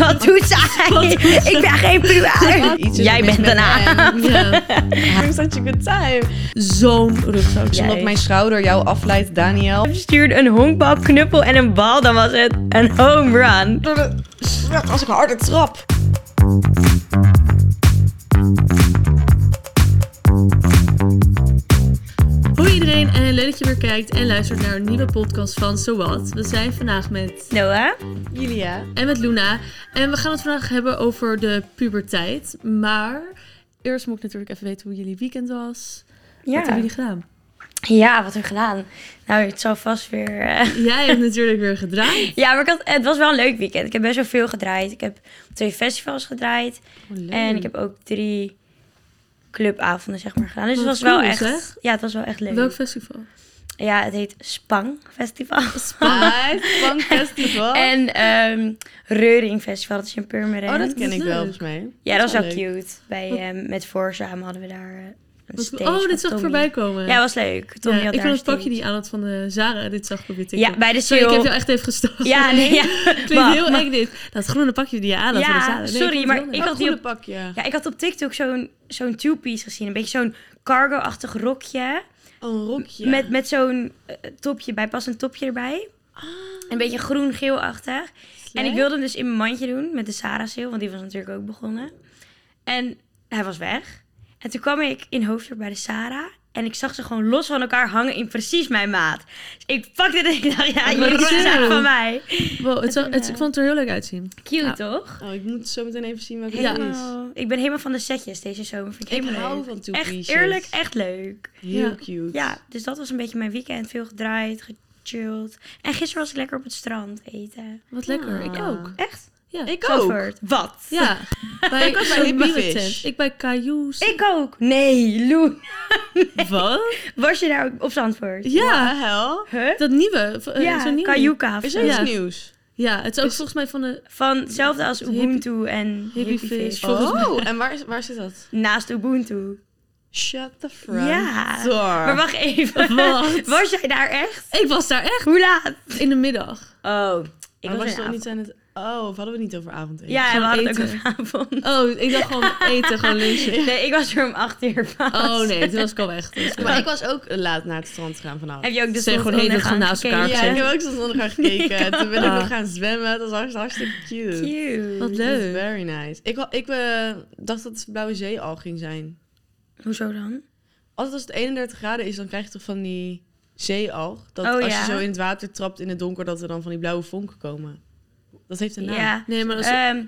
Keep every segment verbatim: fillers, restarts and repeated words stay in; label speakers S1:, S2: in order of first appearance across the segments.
S1: Wat doet zij? Ik ben geen puber. Jij bent daarna.
S2: Ja.
S3: Having such a good time.
S2: Zo'n rugzak.
S3: Zonder dat mijn schouder jou afleidt, Daniel.
S1: Je stuurde een honkbal, knuppel en een bal, dan was het een home run.
S3: Door de sweat als ik een harde trap.
S2: Hoi iedereen en leuk dat je weer kijkt en luistert naar een nieuwe podcast van So What. We zijn vandaag met
S1: Noah?
S3: Julia.
S2: en met Luna. En we gaan het vandaag hebben over de puberteit. Maar eerst moet ik natuurlijk even weten hoe jullie weekend was. Wat hebben jullie gedaan?
S1: Ja, wat heb ik gedaan? Nou, het zal vast weer... Uh...
S2: Jij hebt natuurlijk weer gedraaid.
S1: Ja, maar ik had, het was wel een leuk weekend. Ik heb best wel veel gedraaid. Ik heb op twee festivals gedraaid.
S2: Oh, leuk.
S1: En ik heb ook drie clubavonden, zeg maar, gedaan. Dus
S2: Wat
S1: het was wel
S2: cool,
S1: echt...
S2: zeg.
S1: Ja, het was wel echt leuk.
S2: Welk festival?
S1: Ja, het heet Spang Festival.
S3: Spang Festival.
S1: En um, Reuring Festival, dat is in Purmerend.
S3: Oh, dat ken
S2: Dat is
S3: ik wel,
S2: leuk.
S3: volgens mij.
S1: Ja, dat was wel
S3: leuk.
S1: cute. Bij, um, met Voor samen hadden we daar uh, een
S2: Wat
S1: stage.
S2: cool. Oh,
S1: met
S2: dit zag ik
S1: Tommy.
S2: voorbij komen.
S1: Ja, was leuk. Tommy
S2: Ja,
S1: had
S2: ik
S1: daar
S2: vond het
S1: een
S2: pakje
S1: stage.
S2: die aan had van de Zara. Dit zag ik op je TikTok.
S1: Ja, bij de
S2: Sorry, ik
S1: sale.
S2: heb jou echt even gestolen.
S1: Ja, nee, ja.
S2: Klinkt
S1: Wacht,
S2: heel
S1: maar-
S2: eng dit. Dat groene pakje die je aan had
S1: Ja,
S2: van de Zara. Nee,
S1: sorry,
S2: vond het
S1: maar
S2: heel leuk.
S1: ik
S3: Ik
S1: had
S3: had
S1: die
S3: die
S1: op-
S3: pakje.
S1: Ja, ik had op TikTok zo'n zo'n two-piece gezien. Een beetje zo'n cargo-achtig rokje.
S3: Oh, een rokje.
S1: Met, met zo'n uh, topje bij, pas een topje erbij.
S3: Ah,
S1: Een beetje groen-geel-achtig. En
S3: slecht.
S1: ik wilde hem dus in mijn mandje doen met de Sarah sale, want die was natuurlijk ook begonnen. En hij was weg. En toen kwam ik in Hoofddorp bij de Sarah. En ik zag ze gewoon los van elkaar hangen in precies mijn maat. Dus ik pakte het en ik dacht, ja,
S2: Wat
S1: jullie
S2: leuk.
S1: zijn van mij.
S2: Wow, het, zag- het, ik vond het er heel leuk uitzien.
S1: Cute,
S2: Ja.
S1: toch?
S3: Oh, ik moet zo meteen even zien welke
S2: Ja.
S3: het is.
S1: Oh, ik ben helemaal van de setjes deze zomer. Vind ik
S3: Ik
S1: helemaal
S3: hou
S1: leuk.
S3: van
S1: Echt
S3: two-pieces.
S1: eerlijk, echt leuk.
S3: Heel
S2: Ja.
S3: cute.
S1: Ja, dus dat was een beetje mijn weekend. Veel gedraaid, gechilled. En gisteren was ik lekker op het strand eten.
S2: Wat lekker. Ik
S3: Ah.
S2: ook.
S1: Echt?
S2: Ja.
S3: Ik ook.
S1: Zandvoort. Wat?
S2: Ja. Bij
S3: Ik was bij
S2: zo'n
S3: Hippie
S2: bierentent.
S3: Fish.
S2: Ik bij Cailloux.
S1: Ik ook. Nee, Loen.
S2: Wat?
S1: Was je daar ook op Zandvoort?
S2: Ja.
S3: hel.
S1: Huh?
S2: Dat nieuwe. v- eh,
S1: Ja,
S2: zo'n nieuwe.
S1: Kajuka of
S3: Is
S1: zo.
S3: er iets
S2: Ja.
S3: nieuws?
S2: Ja, het is ook
S3: Is-
S2: volgens mij van de
S1: Van hetzelfde als
S2: Hippie-
S1: Ubuntu en
S2: Hippie
S1: Hippie
S2: Fish.
S1: Fish.
S2: Volgens mij-
S3: Oh, en waar, is, waar zit dat?
S1: Naast Ubuntu.
S3: Shut the front
S1: Ja.
S3: door.
S1: Maar wacht even.
S2: Wat?
S1: Was jij daar echt?
S2: Ik was daar echt
S1: Hoe laat?
S2: in de middag.
S1: Oh, ik
S3: Maar
S1: was
S3: was
S1: er
S3: toch
S1: niet
S3: niet aan het... Oh, of hadden we het niet over avondeten?
S1: Ja, en we
S2: Gewoon
S1: hadden het ook
S2: eten.
S1: op avond.
S2: Oh, ik dacht gewoon eten, gewoon lunchen.
S1: Nee, ik was er om acht uur pas.
S2: Oh nee, toen was ik al weg. Toen was ik al
S3: Maar
S2: weg.
S3: ik was ook laat naar het strand gegaan vanavond.
S1: Heb je ook de
S2: Ze gewoon heel
S1: zonsondergang
S2: veel naast elkaar
S1: gekeken?
S3: Ja, ik
S2: gezet.
S3: heb ook zonsondergang gekeken.
S1: Ja.
S3: Toen ben ik
S2: Ah.
S3: nog gaan zwemmen. Dat was hartstikke cute.
S1: Cute.
S2: Wat
S3: Dat
S2: leuk.
S3: is very nice. Ik, wa- ik eh, dacht dat het Blauwe Zee al ging zijn.
S1: Hoezo dan?
S3: Altijd als het eenendertig graden is, dan krijg je toch van die zeealg. Dat
S1: Oh,
S3: als
S1: ja.
S3: je zo in het water trapt in het donker, dat er dan van die blauwe vonken komen. Dat heeft een naam.
S1: Ja.
S2: Nee, maar dat is...
S1: Ehm,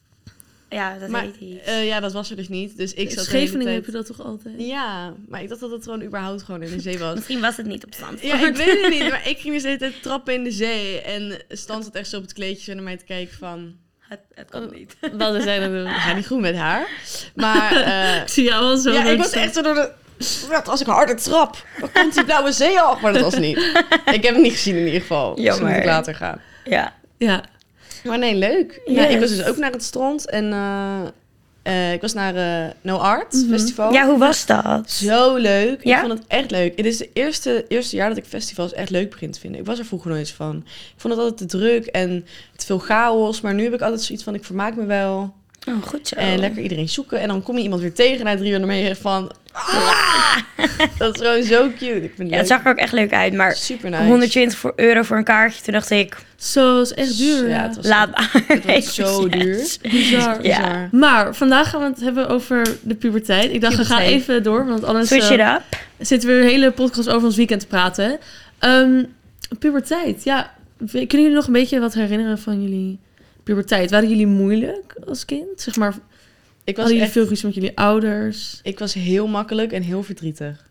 S1: ja, dat
S3: Maar
S1: heet iets.
S3: eh, ja, dat was er dus niet. Dus ik
S2: in
S3: zat de hele
S2: Scheveningen heb
S3: tijd...
S2: je dat toch altijd?
S3: Ja, maar ik dacht dat het gewoon überhaupt gewoon in de zee was.
S1: Misschien was het niet op stand.
S3: Ja, ik weet het niet. Maar ik ging dus de hele tijd trappen in de zee. En Stan zat echt zo op het kleedje zo naar mij te kijken van...
S1: Het, het kan niet.
S2: Wat is zij aan het doen?
S3: Ga niet goed met haar. Maar eh,
S2: Ik zie jou al zo.
S3: ja, ik
S2: leuk
S3: was
S2: staan.
S3: echt zo door de... Wat, als ik harder trap, dan komt die blauwe zee al. Maar dat was niet. Ik heb het niet gezien in ieder geval. Dus dan
S1: Jammer.
S3: moet ik later gaan.
S1: Ja.
S2: Ja.
S3: Maar nee, leuk. Ja,
S1: Yes.
S3: ik was dus ook naar het strand. En eh, eh, ik was naar eh, No Art
S2: Mhm.
S3: Festival.
S1: Ja, hoe was dat?
S3: Zo leuk.
S1: Ja?
S3: Ik vond het echt leuk. Het is het eerste, eerste jaar dat ik festivals echt leuk begin te vinden. Ik was er vroeger nooit van. Ik vond het altijd te druk en te veel chaos. Maar nu heb ik altijd zoiets van, ik vermaak me wel.
S1: Oh, goed zo.
S3: En lekker iedereen zoeken. En dan kom je iemand weer tegen na drie uur en dan ben je van... Ah! Dat is gewoon zo cute. Ik vind het
S1: Ja, het zag er ook echt leuk uit, maar
S3: super nice.
S1: honderdtwintig voor euro voor een kaartje. Toen dacht ik,
S2: Zo, is echt duur.
S3: Ja,
S2: Ja,
S3: het was,
S1: laat maar.
S3: het was zo duur.
S2: bizar.
S1: Ja.
S3: Bizar.
S2: Maar vandaag gaan we het hebben over de puberteit. Ik dacht, we gaan
S1: Puberteit.
S2: even door, want anders
S1: Switch
S2: eh,
S1: it up.
S2: zitten we weer een hele podcast over ons weekend te praten. Ehm, puberteit, ja. Kunnen jullie nog een beetje wat herinneren van jullie puberteit? Waren jullie moeilijk als kind? Zeg maar,
S3: Ik was,
S2: hadden jullie
S3: echt,
S2: veel ruzie met jullie ouders?
S3: ik was heel makkelijk en heel verdrietig.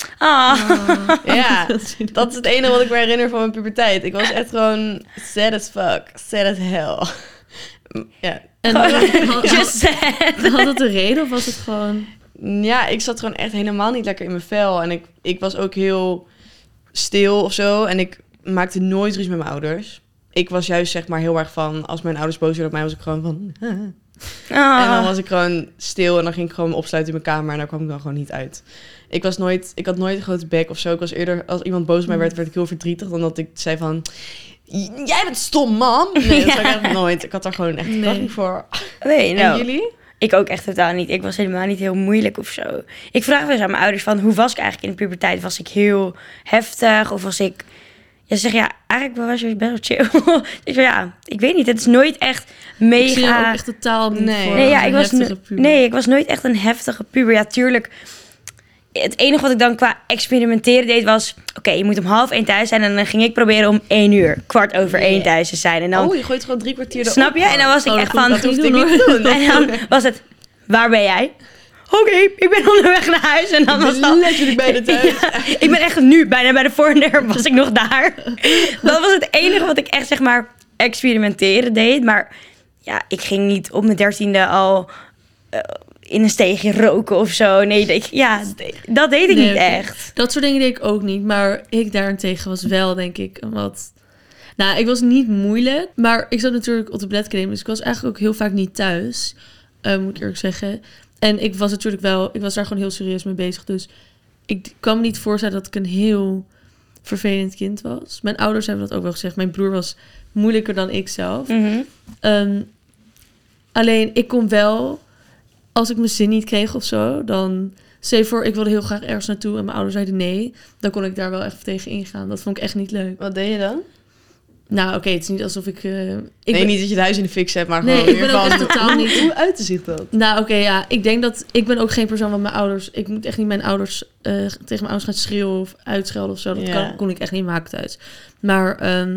S1: Ah.
S3: Ja, dat is het enige wat ik me herinner van mijn puberteit. Ik was echt gewoon sad as fuck. Sad as hell. Ja,
S2: En had,
S1: Just said.
S2: had dat een reden of was het gewoon...
S3: ja, ik zat gewoon echt helemaal niet lekker in mijn vel. En ik, ik was ook heel stil of zo. En ik maakte nooit ruzie met mijn ouders. Ik was juist zeg maar heel erg van... Als mijn ouders boos werden op mij, was ik gewoon van...
S1: Ah.
S3: En dan was ik gewoon stil en dan ging ik gewoon me opsluiten in mijn kamer. En daar kwam ik dan gewoon niet uit. Ik, was nooit, ik had nooit een grote bek of zo. Ik was eerder, als iemand boos op mij werd, werd ik heel verdrietig. Dan dat ik zei van... jij bent stom, mam. Nee, dat
S1: Ja.
S3: zou ik echt nooit. Ik had daar gewoon echt
S2: Nee.
S3: nee. niet voor.
S1: Nee, nou,
S3: En jullie?
S1: ik ook echt totaal niet. Ik was helemaal niet heel moeilijk of zo. Ik vraag wel eens aan mijn ouders van, hoe was ik eigenlijk in de puberteit? Was ik heel heftig of was ik... Ja, ze zeggen, ja, eigenlijk was je best wel chill. ik zeg, ja, ik weet niet. Het is nooit echt mega...
S2: Ik zie je ook echt totaal niet
S3: Nee.
S2: voor
S1: Nee, ja,
S2: een
S1: ik was,
S2: heftige
S1: no-
S2: puber.
S1: nee, ik was nooit echt een heftige puber. Ja, tuurlijk. Het enige wat ik dan qua experimenteren deed was... Oké, je moet om half één thuis zijn. En dan ging ik proberen om één uur, kwart over één
S3: Yeah.
S1: thuis te zijn. En dan,
S3: Oh, je gooit gewoon drie kwartier erop.
S1: snap je? En dan was ik
S2: Oh,
S1: echt
S2: dat
S1: van...
S2: hoef ik
S3: hoefde
S2: niet
S3: ik
S2: doen,
S3: niet
S2: hoor.
S3: te doen.
S1: En dan was het... Waar ben jij? Oké, ik ben onderweg naar huis. En dan
S3: Ik
S1: was
S3: ben
S1: dat...
S3: letterlijk bij de thuis.
S1: Ja, ik ben echt nu, bijna bij de voordeur was ik nog daar. Dat was het enige wat ik echt, zeg maar, experimenteren deed. Maar ja, ik ging niet op mijn dertiende al eh, in een steegje roken of zo. Nee, ik, ja, dat deed ik
S2: Nee,
S1: niet
S2: oké.
S1: echt.
S2: Dat soort dingen deed ik ook niet. Maar ik daarentegen was wel, denk ik, een wat... Nou, ik was niet moeilijk. Maar ik zat natuurlijk op de Bladacademie. Dus ik was eigenlijk ook heel vaak niet thuis. eh, moet ik eerlijk zeggen. En ik was natuurlijk wel... Ik was daar gewoon heel serieus mee bezig. Dus ik kan me niet voorstellen dat ik een heel vervelend kind was. Mijn ouders hebben dat ook wel gezegd. Mijn broer was moeilijker dan ik zelf.
S1: Mhm.
S2: Ehm, alleen, ik kon wel... Als ik mijn zin niet kreeg of zo, dan... Stel je voor, ik wilde heel graag ergens naartoe en mijn ouders zeiden nee. Dan kon ik daar wel echt tegen ingaan. Dat vond ik echt niet leuk.
S3: Wat deed je dan?
S2: Nou, oké, het is niet alsof ik... eh, ik
S3: nee,
S2: ben-
S3: niet dat je het huis in de fik zet, maar
S2: Nee,
S3: gewoon
S2: ik ben
S3: meer
S2: ook
S3: van...
S2: echt totaal niet-
S3: Hoe uitte zich dat?
S2: Nou, oké, ja. Ik denk dat... Ik ben ook geen persoon van mijn ouders... Ik moet echt niet mijn ouders... eh, tegen mijn ouders gaan schreeuwen of uitschelden of zo. Dat
S3: Ja.
S2: kan, kon ik echt niet maken thuis. Maar... ehm,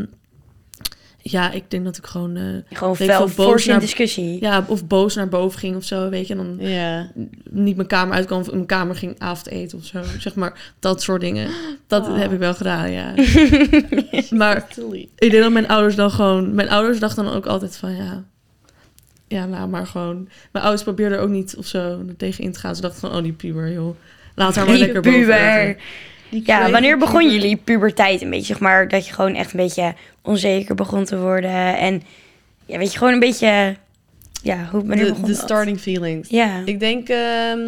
S2: ja, ik denk dat ik gewoon... eh,
S1: Gewoon
S2: Denk
S1: fel
S2: veel boos
S1: force in
S2: naar-
S1: discussie.
S2: ja, of boos naar boven ging of zo, weet je. En dan
S3: Ja.
S2: niet mijn kamer uitkwam of in mijn kamer ging avondeten of zo. Zeg maar, dat soort dingen. Dat
S3: Oh.
S2: heb ik wel gedaan, ja. Maar ik denk dat mijn ouders dan gewoon... Mijn ouders dachten dan ook altijd van, ja... Ja, nou, maar gewoon... Mijn ouders probeerden ook niet of zo er tegen in te gaan. Ze dachten van, oh, die puber, joh. Laat haar maar
S1: Die
S2: lekker boven
S1: puber.
S2: eten.
S1: Ja, wanneer begon jullie puberteit een beetje? Zeg maar, dat je gewoon echt een beetje onzeker begon te worden. En ja, weet je, gewoon een beetje... Ja, hoe, wanneer
S3: De,
S1: begon
S3: de
S1: dat?
S3: starting feelings.
S1: Ja.
S3: Ik denk... ehm,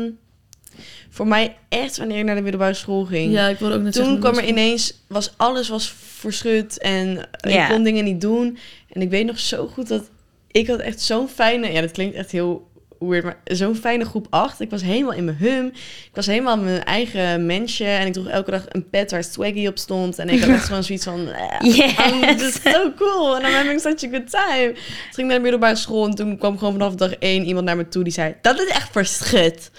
S3: voor mij echt wanneer ik naar de middelbare school ging.
S2: Ja, ik wilde ook net
S3: Toen
S2: zeggen...
S3: kwam er ineens... Was, alles was verschut en
S1: Ja.
S3: ik kon dingen niet doen. En ik weet nog zo goed dat... Ik had echt zo'n fijne... Ja, dat klinkt echt heel weird, maar zo'n fijne groep acht. Ik was helemaal in mijn hum. Ik was helemaal mijn eigen mensje. En ik droeg elke dag een pet waar Swaggy op stond. En ik had echt gewoon zoiets van... eh,
S1: Yes.
S3: oh, this is so cool. En I'm having such a good time. Toen ging ik naar de middelbare school. En toen kwam gewoon vanaf dag één iemand naar me toe die zei... Dat is echt verschut.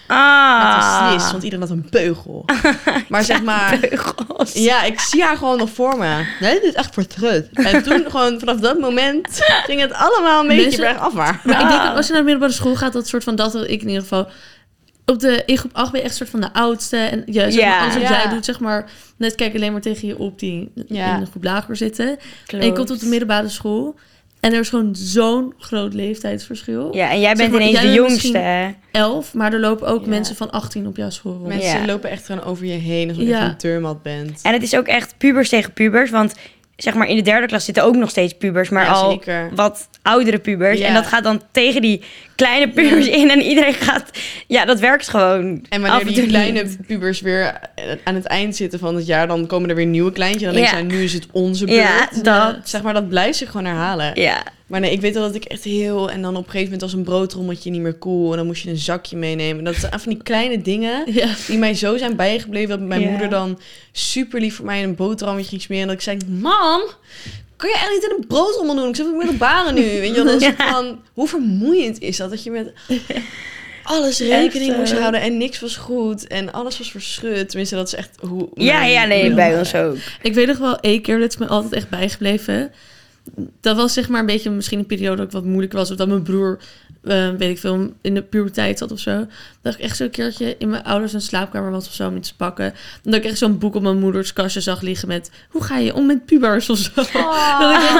S1: Ah.
S3: Het was slis, want iedereen had een beugel. Maar zeg maar...
S1: Beugels.
S3: Ja, ik zie haar gewoon nog voor me. Nee, dit is echt verschut. En toen gewoon vanaf dat moment ging het allemaal een beetje
S2: Mensen-
S3: bergafwaarts.
S2: Maar ik denk
S1: Ah.
S2: dat als je naar de middelbare school gaat, dat soort van dat ik in ieder geval op de in groep acht ben je echt soort van de oudste en ja, zeg
S1: Ja.
S2: maar, alles wat
S3: Ja.
S2: jij doet, zeg maar, net kijk alleen maar tegen je op die
S3: Ja.
S2: in de groep lager zitten.
S1: Klopt.
S2: En je komt op de middelbare school en er is gewoon zo'n groot leeftijdsverschil.
S1: Ja, en jij
S2: Zeg
S1: bent
S2: maar,
S1: ineens
S2: jij
S1: de
S2: bent
S1: jongste.
S2: misschien- elf, maar er lopen ook
S3: Ja.
S2: mensen van achttien op jouw school rond.
S3: Mensen
S1: Ja.
S3: lopen echt gewoon over je heen alsof je
S2: Ja.
S3: echt een deurmat bent.
S1: En het is ook echt pubers tegen pubers. Want zeg maar in de derde klas zitten ook nog steeds pubers. Maar
S3: Ja,
S1: al
S3: zeker.
S1: wat oudere pubers.
S3: Ja.
S1: En dat gaat dan tegen die kleine pubers in. En iedereen gaat... Ja, dat werkt gewoon.
S3: En
S1: af
S3: wanneer
S1: en
S3: die
S1: toe
S3: kleine
S1: niet.
S3: pubers weer aan het eind zitten van het jaar... dan komen er weer nieuwe kleintjes. En dan denk je,
S1: Ja.
S3: nou, nu is het onze beurt.
S1: Ja, dat.
S3: Zeg maar, dat blijft zich gewoon herhalen.
S1: Ja.
S3: Maar nee, ik weet wel dat ik echt heel... En dan op een gegeven moment was een broodrommeltje niet meer cool. En dan moest je een zakje meenemen. Dat zijn van die kleine dingen
S2: Ja.
S3: die mij zo zijn bijgebleven. Dat mijn
S1: Ja.
S3: moeder dan super lief voor mij een boterhammetje ging smeren. En dat ik zei, mam, kan je eigenlijk niet in een broodrommel doen? Ik zit op middelbare nu. Weet je wel, dat is
S1: Ja.
S3: van... Hoe vermoeiend is dat? Dat je met alles rekening
S1: Echt,
S3: moest
S1: eh.
S3: houden. En niks was goed. En alles was verschut. Tenminste, dat is echt hoe...
S1: Ja,
S3: mijn
S1: ja, nee,
S3: moeder
S1: bij
S3: dat
S1: ons
S3: zei.
S1: ook.
S2: Ik weet nog wel één keer, dat is me altijd echt bijgebleven. Dat was zeg maar een beetje misschien een periode dat ik wat moeilijker was. Of dat mijn broer, eh, weet ik veel, in de puberteit zat of zo. Dat ik echt zo'n keertje in mijn ouders een slaapkamer was of zo om iets te pakken. En dat ik echt zo'n boek op mijn moeders kastje zag liggen met... Hoe ga je om met pubers of zo? Dat ik echt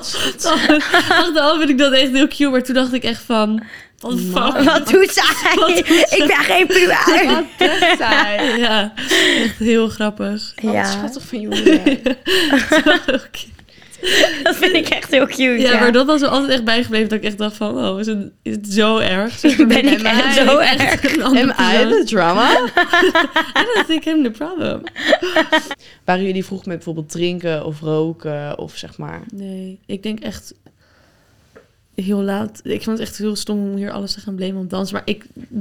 S2: dacht, achteraf vind ik dat echt heel cute. Maar toen dacht ik echt van... What the fuck?
S1: Wat doet zij? Ik ben geen puber.
S3: Wat doet zij?
S2: Ja, echt heel grappig.
S3: Wat
S1: Ja.
S3: schattig van je moeder.
S2: Oké.
S1: Dat vind ik echt heel cute,
S2: Ja,
S1: ja.
S2: maar dat was er altijd echt bijgebleven dat ik echt dacht van, oh, is het, is het zo erg? Zeg maar,
S1: Ben ik
S2: bij mij
S1: echt zo
S2: echt
S1: erg?
S2: een andere
S3: Am I
S2: persoon.
S3: the drama?
S2: I don't think I'm the problem.
S3: Waren jullie vroeg met bijvoorbeeld drinken of roken of zeg maar...
S2: Nee, ik denk echt heel laat. Ik vond het echt heel stom om hier alles te gaan blamen op dansen, maar ik...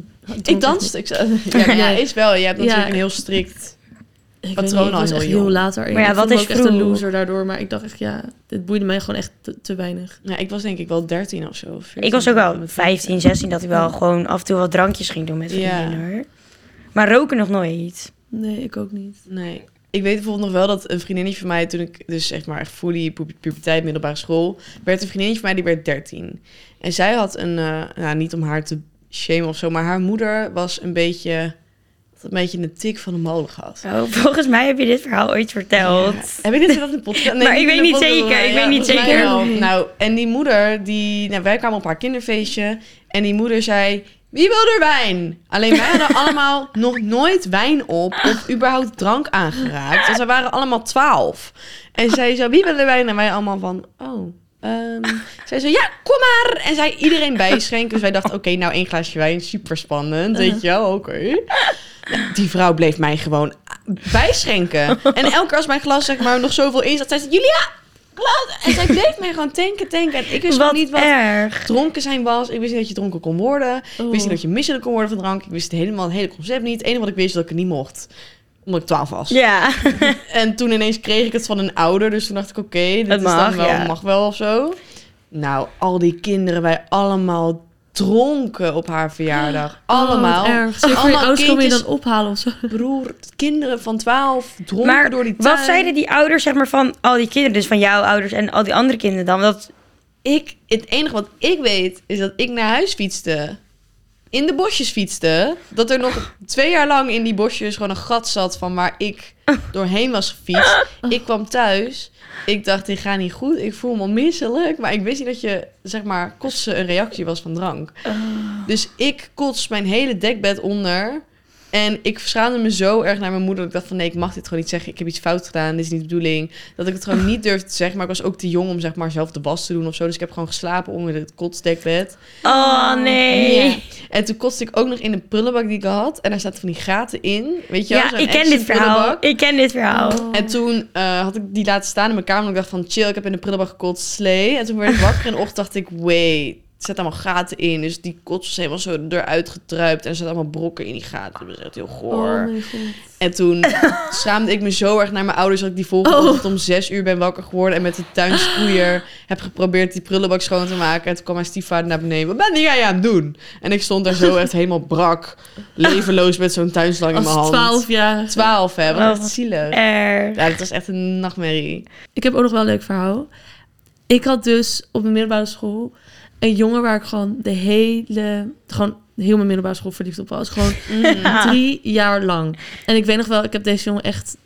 S3: Ik danste. Ik, zou- ja, maar ja, is wel. Je hebt natuurlijk
S2: Ja.
S3: een heel strikt...
S2: Ik,
S3: patroon
S2: weet niet, ik
S3: al
S2: was
S3: heel
S2: echt
S3: jong.
S2: heel laat daarin.
S1: Maar ja,
S2: ik
S1: wat
S2: voelde me
S1: is
S2: ook echt een
S1: vroeg?
S2: loser daardoor, maar ik dacht echt, ja, dit boeide mij gewoon echt te, te weinig.
S3: Ja, ik was denk ik wel dertien of zo. of veertien,
S1: Ik was ook wel
S3: met
S1: vijftien, zestien dat ik wel gewoon af en toe wat drankjes ging doen met
S3: Ja.
S1: vriendinnen, hoor. Maar roken nog nooit.
S2: Nee, ik ook niet.
S3: Nee. Ik weet bijvoorbeeld nog wel dat een vriendinnetje van mij, toen ik dus zeg maar echt fully pu- puberteit, middelbare school, werd een vriendinnetje van mij, die werd dertien. En zij had een, uh, nou niet om haar te shamen of zo, maar haar moeder was een beetje, had een beetje een tik van de molen gehad.
S1: Oh, volgens mij heb je dit verhaal ooit verteld.
S3: Ja. Heb ik dit verteld in de podcast? Nee,
S1: Maar ik
S3: niet in
S1: weet
S3: de
S1: niet
S3: podcast,
S1: zeker,
S3: maar
S1: ik
S3: ja,
S1: weet niet
S3: volgens mij
S1: zeker.
S3: wel. Nou, en die moeder, die, nou, wij kwamen op haar kinderfeestje en die moeder zei, wie wil er wijn? Alleen wij hadden allemaal nog nooit wijn op of überhaupt drank aangeraakt. Want wij waren allemaal twaalf. En zij zo, wie wil er wijn? En wij allemaal van, oh... Um, zij zei, ja, kom maar. En zij iedereen bijschenken. Dus wij dachten, oké, okay, nou één glaasje wijn, super spannend. Weet je wel, oké. Okay. Nou, die vrouw bleef mij gewoon bijschenken. En elke keer als mijn glas zeg maar nog zoveel in zat, zei ze, Julia, glas. En zij bleef mij gewoon tanken, tanken. En ik wist
S1: Wat
S3: gewoon niet wat
S1: erg.
S3: dronken zijn was. Ik wist niet dat je dronken kon worden. Ik
S2: Oh.
S3: wist niet dat je misselijk kon worden van drank. Ik wist het helemaal het hele concept niet. Het enige wat ik wist, is dat ik het niet mocht. Omdat ik twaalf was.
S1: Ja.
S3: En toen ineens kreeg ik het van een ouder. Dus toen dacht ik, oké, okay, dit
S1: Het
S3: is
S1: mag,
S3: dan wel,
S1: ja.
S3: mag wel of zo. Nou, al die kinderen, wij allemaal dronken op haar verjaardag. Allemaal.
S2: Oh, wat erg. Zeker voor je
S3: Allemaal
S2: ouders kom je
S3: kindjes-
S2: dan ophalen of zo.
S3: Broer, kinderen van twaalf dronken
S1: Maar
S3: door die tuin.
S1: wat zeiden die ouders, zeg maar, van al die kinderen, dus van jouw ouders en al die andere kinderen dan? Dat,
S3: Ik, het enige wat ik weet, is dat ik naar huis fietste. In de bosjes fietste. Dat er nog twee jaar lang in die bosjes gewoon een gat zat van waar ik doorheen was gefietst. Ik kwam thuis. Ik dacht, dit gaat niet goed. Ik voel me misselijk. Maar ik wist niet dat je, zeg maar, kotsen een reactie was van drank. Dus ik kots mijn hele dekbed onder. En ik schaamde me zo erg naar mijn moeder. Dat ik dacht van, nee, ik mag dit gewoon niet zeggen. Ik heb iets fout gedaan. Dit is niet de bedoeling. Dat ik het gewoon niet durfde te zeggen. Maar ik was ook te jong om, zeg maar, zelf de was te doen of zo. Dus ik heb gewoon geslapen onder het kotsdekbed.
S1: oh nee.
S3: Ja. En toen kotste ik ook nog in een prullenbak die ik had. En daar zaten van die gaten in. Weet je
S1: Ja,
S3: wel? Zo'n
S1: ik ken
S3: Action
S1: dit verhaal.
S3: prullenbak.
S1: Ik ken dit verhaal.
S2: Oh.
S3: En toen uh, had ik die laten staan in mijn kamer. En ik dacht van, chill, ik heb in de prullenbak gekotst, slee. En toen werd ik wakker in de ochtend dacht ik, wait, er zitten allemaal gaten in. Dus die kots was helemaal zo eruit gedruipt. En er zaten allemaal brokken in die gaten. Dat was echt heel goor.
S2: Oh mijn god.
S3: En toen schaamde ik me zo erg naar mijn ouders dat ik die volgende
S2: Oh.
S3: ochtend om zes uur ben wakker geworden en met de tuinspoeier heb geprobeerd die prullenbak schoon te maken. En toen kwam mijn stiefvader naar beneden. Wat ben jij aan het doen? En ik stond daar zo echt helemaal brak, levenloos met zo'n tuinslang in mijn
S2: Als
S3: hand.
S2: twaalf jaar.
S3: Twaalf, hè? Wat
S1: Oh,
S3: echt
S1: wat
S3: zielig.
S1: Erg.
S3: Ja, dat was echt een nachtmerrie.
S2: Ik heb ook nog wel een leuk verhaal. Ik had dus op mijn middelbare school een jongen waar ik gewoon de hele, gewoon heel mijn middelbare school verliefd op was. Gewoon
S3: Mm.
S2: drie jaar lang. En ik weet nog wel, ik heb deze jongen echt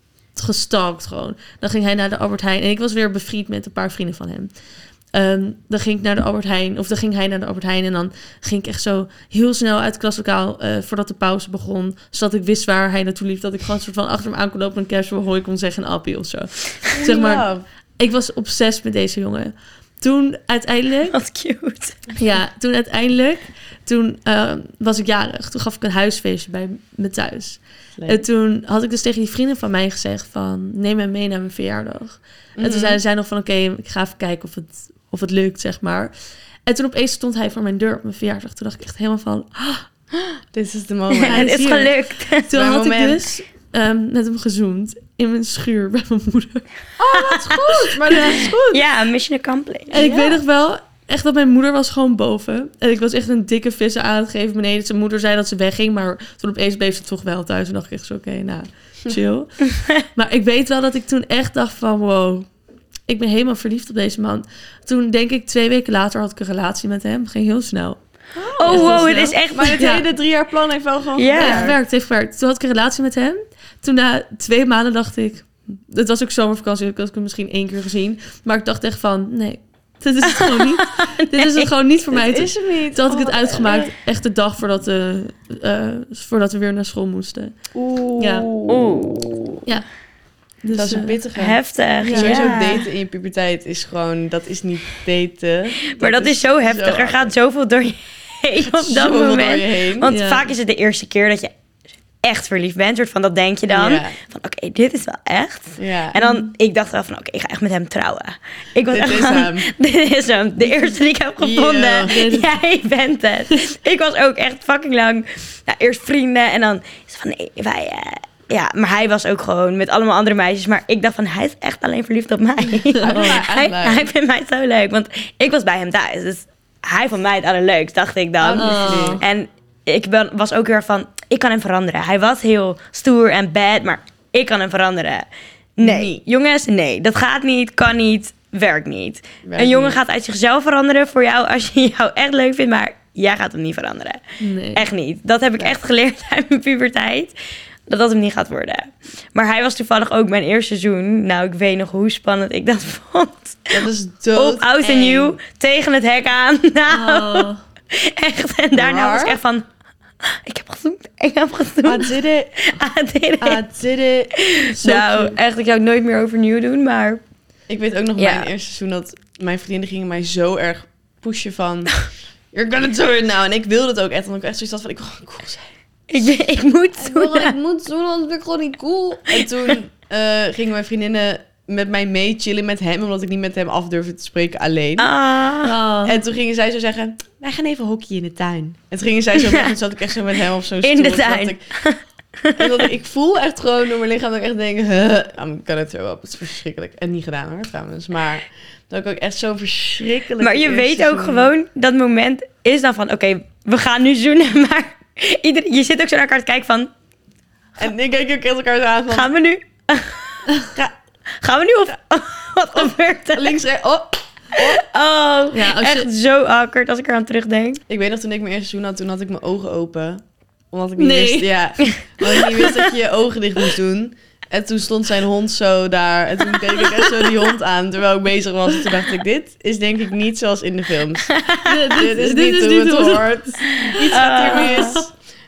S2: gestalkt gewoon. Dan ging hij naar de Albert Heijn en ik was weer bevriend met een paar vrienden van hem. Um, dan ging ik naar de Albert Heijn, of dan ging hij naar de Albert Heijn en dan ging ik echt zo heel snel uit het klaslokaal uh, voordat de pauze begon, zodat ik wist waar hij naartoe liep, dat ik gewoon een soort van achter hem aan kon lopen en casual hoi kon zeggen een appie of zo. Zeg maar,
S3: Ja.
S2: ik was obsessief met deze jongen. Toen uiteindelijk,
S1: Wat cute.
S2: ja, toen uiteindelijk, toen uh, was ik jarig. Toen gaf ik een huisfeestje bij me thuis. En toen had ik dus tegen die vrienden van mij gezegd van, neem me mee naar mijn verjaardag.
S3: Mhm.
S2: En toen zeiden zij nog van, oké, okay, ik ga even kijken of het, of het lukt, zeg maar. En toen opeens stond hij voor mijn deur op mijn verjaardag. Toen dacht ik echt helemaal van, ah,
S3: Dit is de moment.
S2: Hij
S1: Het
S2: is
S1: is
S2: hier.
S1: gelukt.
S2: toen
S3: Mijn
S2: had
S3: moment.
S2: ik dus um, met hem gezoend in mijn schuur bij mijn moeder.
S3: Oh, wat goed. Maar dat is goed.
S1: Ja, mission accomplished.
S2: En ik
S3: Ja.
S2: weet nog wel, echt dat mijn moeder was gewoon boven. En ik was echt een dikke vissen aan het geven beneden. Zijn moeder zei dat ze wegging, maar toen opeens bleef ze toch wel thuis. En dacht ik echt zo, oké, okay, nou, chill. Maar ik weet wel dat ik toen echt dacht van, wow, ik ben helemaal verliefd op deze man. Toen denk ik twee weken later had ik een relatie met hem. Ging heel snel.
S1: Oh,
S2: Echt
S1: wow,
S2: heel
S1: het is
S2: snel.
S1: echt...
S3: Maar het
S2: Ja.
S3: hele drie jaar plan heeft wel gewoon
S1: Ja.
S2: Het heeft
S3: gewerkt.
S2: gewerkt, het heeft gewerkt. Toen had ik een relatie met hem. Toen na twee maanden dacht ik, het was ook zomervakantie, ik had hem misschien één keer gezien. Maar ik dacht echt van, nee, dit is het gewoon niet. Dit is het gewoon niet voor mij.
S3: Het
S2: Toen-
S3: is hem niet.
S2: Toen had ik
S3: Oh,
S2: het uitgemaakt, echt de dag voordat, uh, uh, voordat we weer naar school moesten.
S3: Oeh.
S2: Ja.
S1: Oeh.
S2: Ja. Dus,
S3: Dat is een
S2: eh,
S3: pittige.
S1: Heftig, ja.
S3: Sowieso daten in je puberteit is gewoon... Dat is niet daten.
S1: Maar dat is zo heftig. Er gaat zoveel door je heen op dat
S3: zoveel door
S1: moment.
S3: je heen.
S1: Want
S2: Ja.
S1: vaak is het de eerste keer dat je echt verliefd bent. Soort van, dat denk je dan.
S3: Ja.
S1: Van, oké, dit is wel echt.
S3: Ja.
S1: En dan, ik dacht wel van, oké, ik ga echt met hem trouwen. Ik was
S3: Dit
S1: echt
S3: is
S1: van,
S3: hem.
S1: dit is hem. De eerste die ik heb gevonden.
S3: Yeah.
S1: Jij bent het. Ik was ook echt fucking lang. Nou, eerst vrienden en dan is het van, nee, wij... eh, ja, maar hij was ook gewoon met allemaal andere meisjes. Maar ik dacht van, hij is echt alleen verliefd op mij. hij, hij vindt mij zo leuk. Want ik was bij hem thuis. Dus hij vond mij het allerleukst, dacht ik dan.
S2: Oh.
S1: En ik ben, was ook heel erg van, ik kan hem veranderen. Hij was heel stoer en bad, maar ik kan hem veranderen. Nee,
S3: Nee.
S1: jongens, nee. Dat gaat niet, kan niet, werkt niet.
S3: Werkt
S1: een jongen
S3: niet.
S1: gaat uit zichzelf veranderen voor jou als je jou echt leuk vindt. Maar jij gaat hem niet veranderen.
S2: Nee.
S1: Echt niet. Dat heb ik echt geleerd uit mijn puberteit. Dat dat hem niet gaat worden. Maar hij was toevallig ook mijn eerste seizoen. Nou, ik weet nog hoe spannend ik dat vond.
S3: Dat is dood
S1: Op oud en
S3: eng.
S1: nieuw, tegen het hek aan. Nou,
S2: Oh.
S1: echt. En daarna was ik echt van... Ik heb gezoend. Ik heb
S3: I
S1: gezoend.
S3: did it.
S1: I did it.
S3: I did it. Zo
S1: Nou,
S3: cute.
S1: echt. Ik zou het nooit meer overnieuw doen, maar...
S3: Ik weet ook nog
S1: Ja.
S3: mijn eerste seizoen dat mijn vriendinnen gingen mij zo erg pushen van... You're gonna do it now. En ik wilde het ook echt. Want ik echt zoiets had van, ik wil gewoon cool zijn.
S1: Ik, ben, ik moet
S3: Ik, wil,
S1: zoenen.
S3: ik moet doen, anders ben ik gewoon niet cool. En toen eh, gingen mijn vriendinnen met mij mee chillen met hem... omdat ik niet met hem af durfde te spreken alleen.
S1: Ah.
S2: Oh.
S3: En toen gingen zij zo zeggen... wij gaan even hockey in de tuin. En toen gingen zij zo weg en toen zat ik echt zo met hem op zo'n stoel.
S1: In de
S3: En toen
S1: tuin.
S3: dacht Ik, en dat ik, ik voel echt gewoon door mijn lichaam dat ik echt denk... huh, I'm gonna throw up. Het is verschrikkelijk. En niet gedaan hoor, trouwens. Maar dat ik ook echt zo verschrikkelijk...
S1: Maar je weet ook gewoon, dat moment is dan van... Oké, we gaan nu zoenen, maar... Ieder, je zit ook zo naar elkaar te kijken van...
S3: En ik kijk ook echt elkaar zo aan van...
S1: Gaan we nu?
S3: Ga-
S1: Gaan we nu of... Wat gebeurt er?
S3: links, rechts... Oh.
S1: Oh,
S2: Ja, als je-
S1: echt zo awkward als ik eraan terugdenk.
S3: Ik weet nog, toen ik mijn eerste seizoen had, toen had ik mijn ogen open. Omdat ik niet
S2: Nee.
S3: wist... Ja, omdat ik niet wist dat je je ogen dicht moest doen. En toen stond zijn hond zo daar. En toen keek ik echt zo die hond aan, terwijl ik bezig was. En toen dacht ik, dit is denk ik niet zoals in de films. Dit is niet hoe het hoort. Iets gaat hier mis.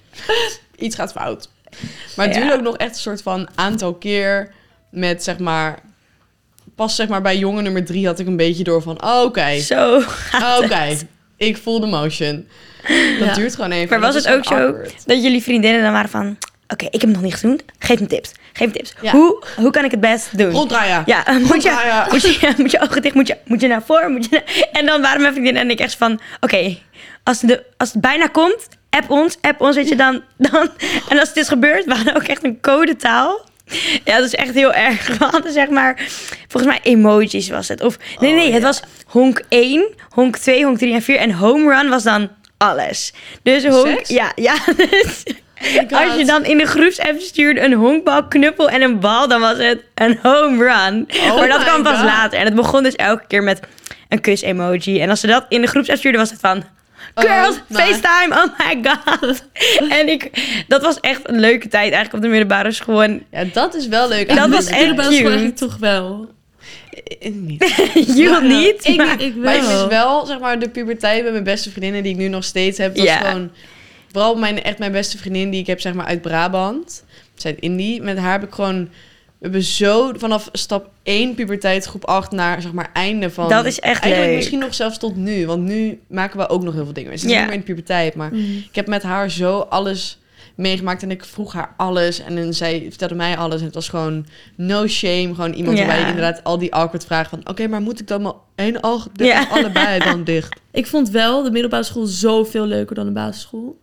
S3: Iets gaat fout. Maar het
S1: Ja.
S3: duurde ook nog echt een soort van aantal keer met zeg maar... Pas zeg maar bij jongen nummer drie had ik een beetje door van... Oh, oké,
S1: Zo.
S3: oh, oké. Ik voel de motion. Dat
S2: Ja.
S3: duurt gewoon even.
S1: Maar was
S3: Dat
S1: het
S3: is
S1: ook
S3: gewoon
S1: zo
S3: awkward.
S1: dat jullie vriendinnen dan waren van... Oké, ik heb hem nog niet gezoend. Geef me tips. Geef me tips.
S3: Ja.
S1: Hoe, hoe kan ik het best doen?
S3: Ronddraaien.
S1: Ja, moet je,
S3: Ronddraaien.
S1: moet, je, moet je ogen dicht, moet je, moet je naar voren, moet je naar- En dan waren mijn vriendinnen en ik echt van... Oké, als, de, als het bijna komt, app ons, app ons, weet je, dan... dan en als het is gebeurd, we hadden ook echt een codetaal. Ja, dat is echt heel erg. We hadden zeg maar, volgens mij emojis was het. Of nee, nee,
S3: Oh,
S1: het
S3: ja.
S1: was honk één, honk twee, honk drie en vier. En home run was dan alles. Dus honk,
S3: Seks?
S1: ja, ja. Dus,
S3: my God.
S1: als je dan in de groepsapp stuurde een honkbal, knuppel en een bal, dan was het een home run.
S3: Oh
S1: maar dat
S3: my
S1: kwam pas
S3: God.
S1: later. En het begon dus elke keer met een kus-emoji. En als ze dat in de groepsapp stuurden, was het van... Girls,
S3: Oh, nice.
S1: FaceTime, oh my god. En ik, dat was echt een leuke tijd eigenlijk op de middelbare school. En
S3: Ja, dat is wel leuk.
S1: Dat
S3: aan
S1: was
S3: de
S1: echt
S2: Middelbare
S1: cute.
S2: school eigenlijk toch wel.
S3: Eh, Niet.
S1: you
S2: Ja,
S1: niet,
S2: ik
S1: maar...
S2: niet. Ik
S3: Maar ik
S2: wel.
S3: mis wel, zeg maar, de puberteit met mijn beste vriendinnen die ik nu nog steeds heb. Dat
S1: Ja.
S3: is gewoon... Vooral mijn, echt mijn beste vriendin die ik heb, zeg maar, uit Brabant. Zij uit Indie. Met haar heb ik gewoon... We hebben zo vanaf stap één puberteit, groep acht, naar, zeg maar, einde van...
S1: Dat is echt
S3: Eigenlijk
S1: leuk.
S3: misschien nog zelfs tot nu. Want nu maken we ook nog heel veel dingen. We zitten
S1: Ja.
S3: niet meer in de puberteit. Maar
S2: Mm.
S3: ik heb met haar zo alles meegemaakt. En ik vroeg haar alles. En dan zij vertelde mij alles. En het was gewoon no shame. Gewoon iemand
S1: Ja.
S3: waarbij je inderdaad al die awkward vragen van... Oké, maar moet ik dan maar één oog dicht
S1: Ja.
S3: of allebei dan dicht?
S2: Ik vond wel de middelbare school zoveel leuker dan de basisschool.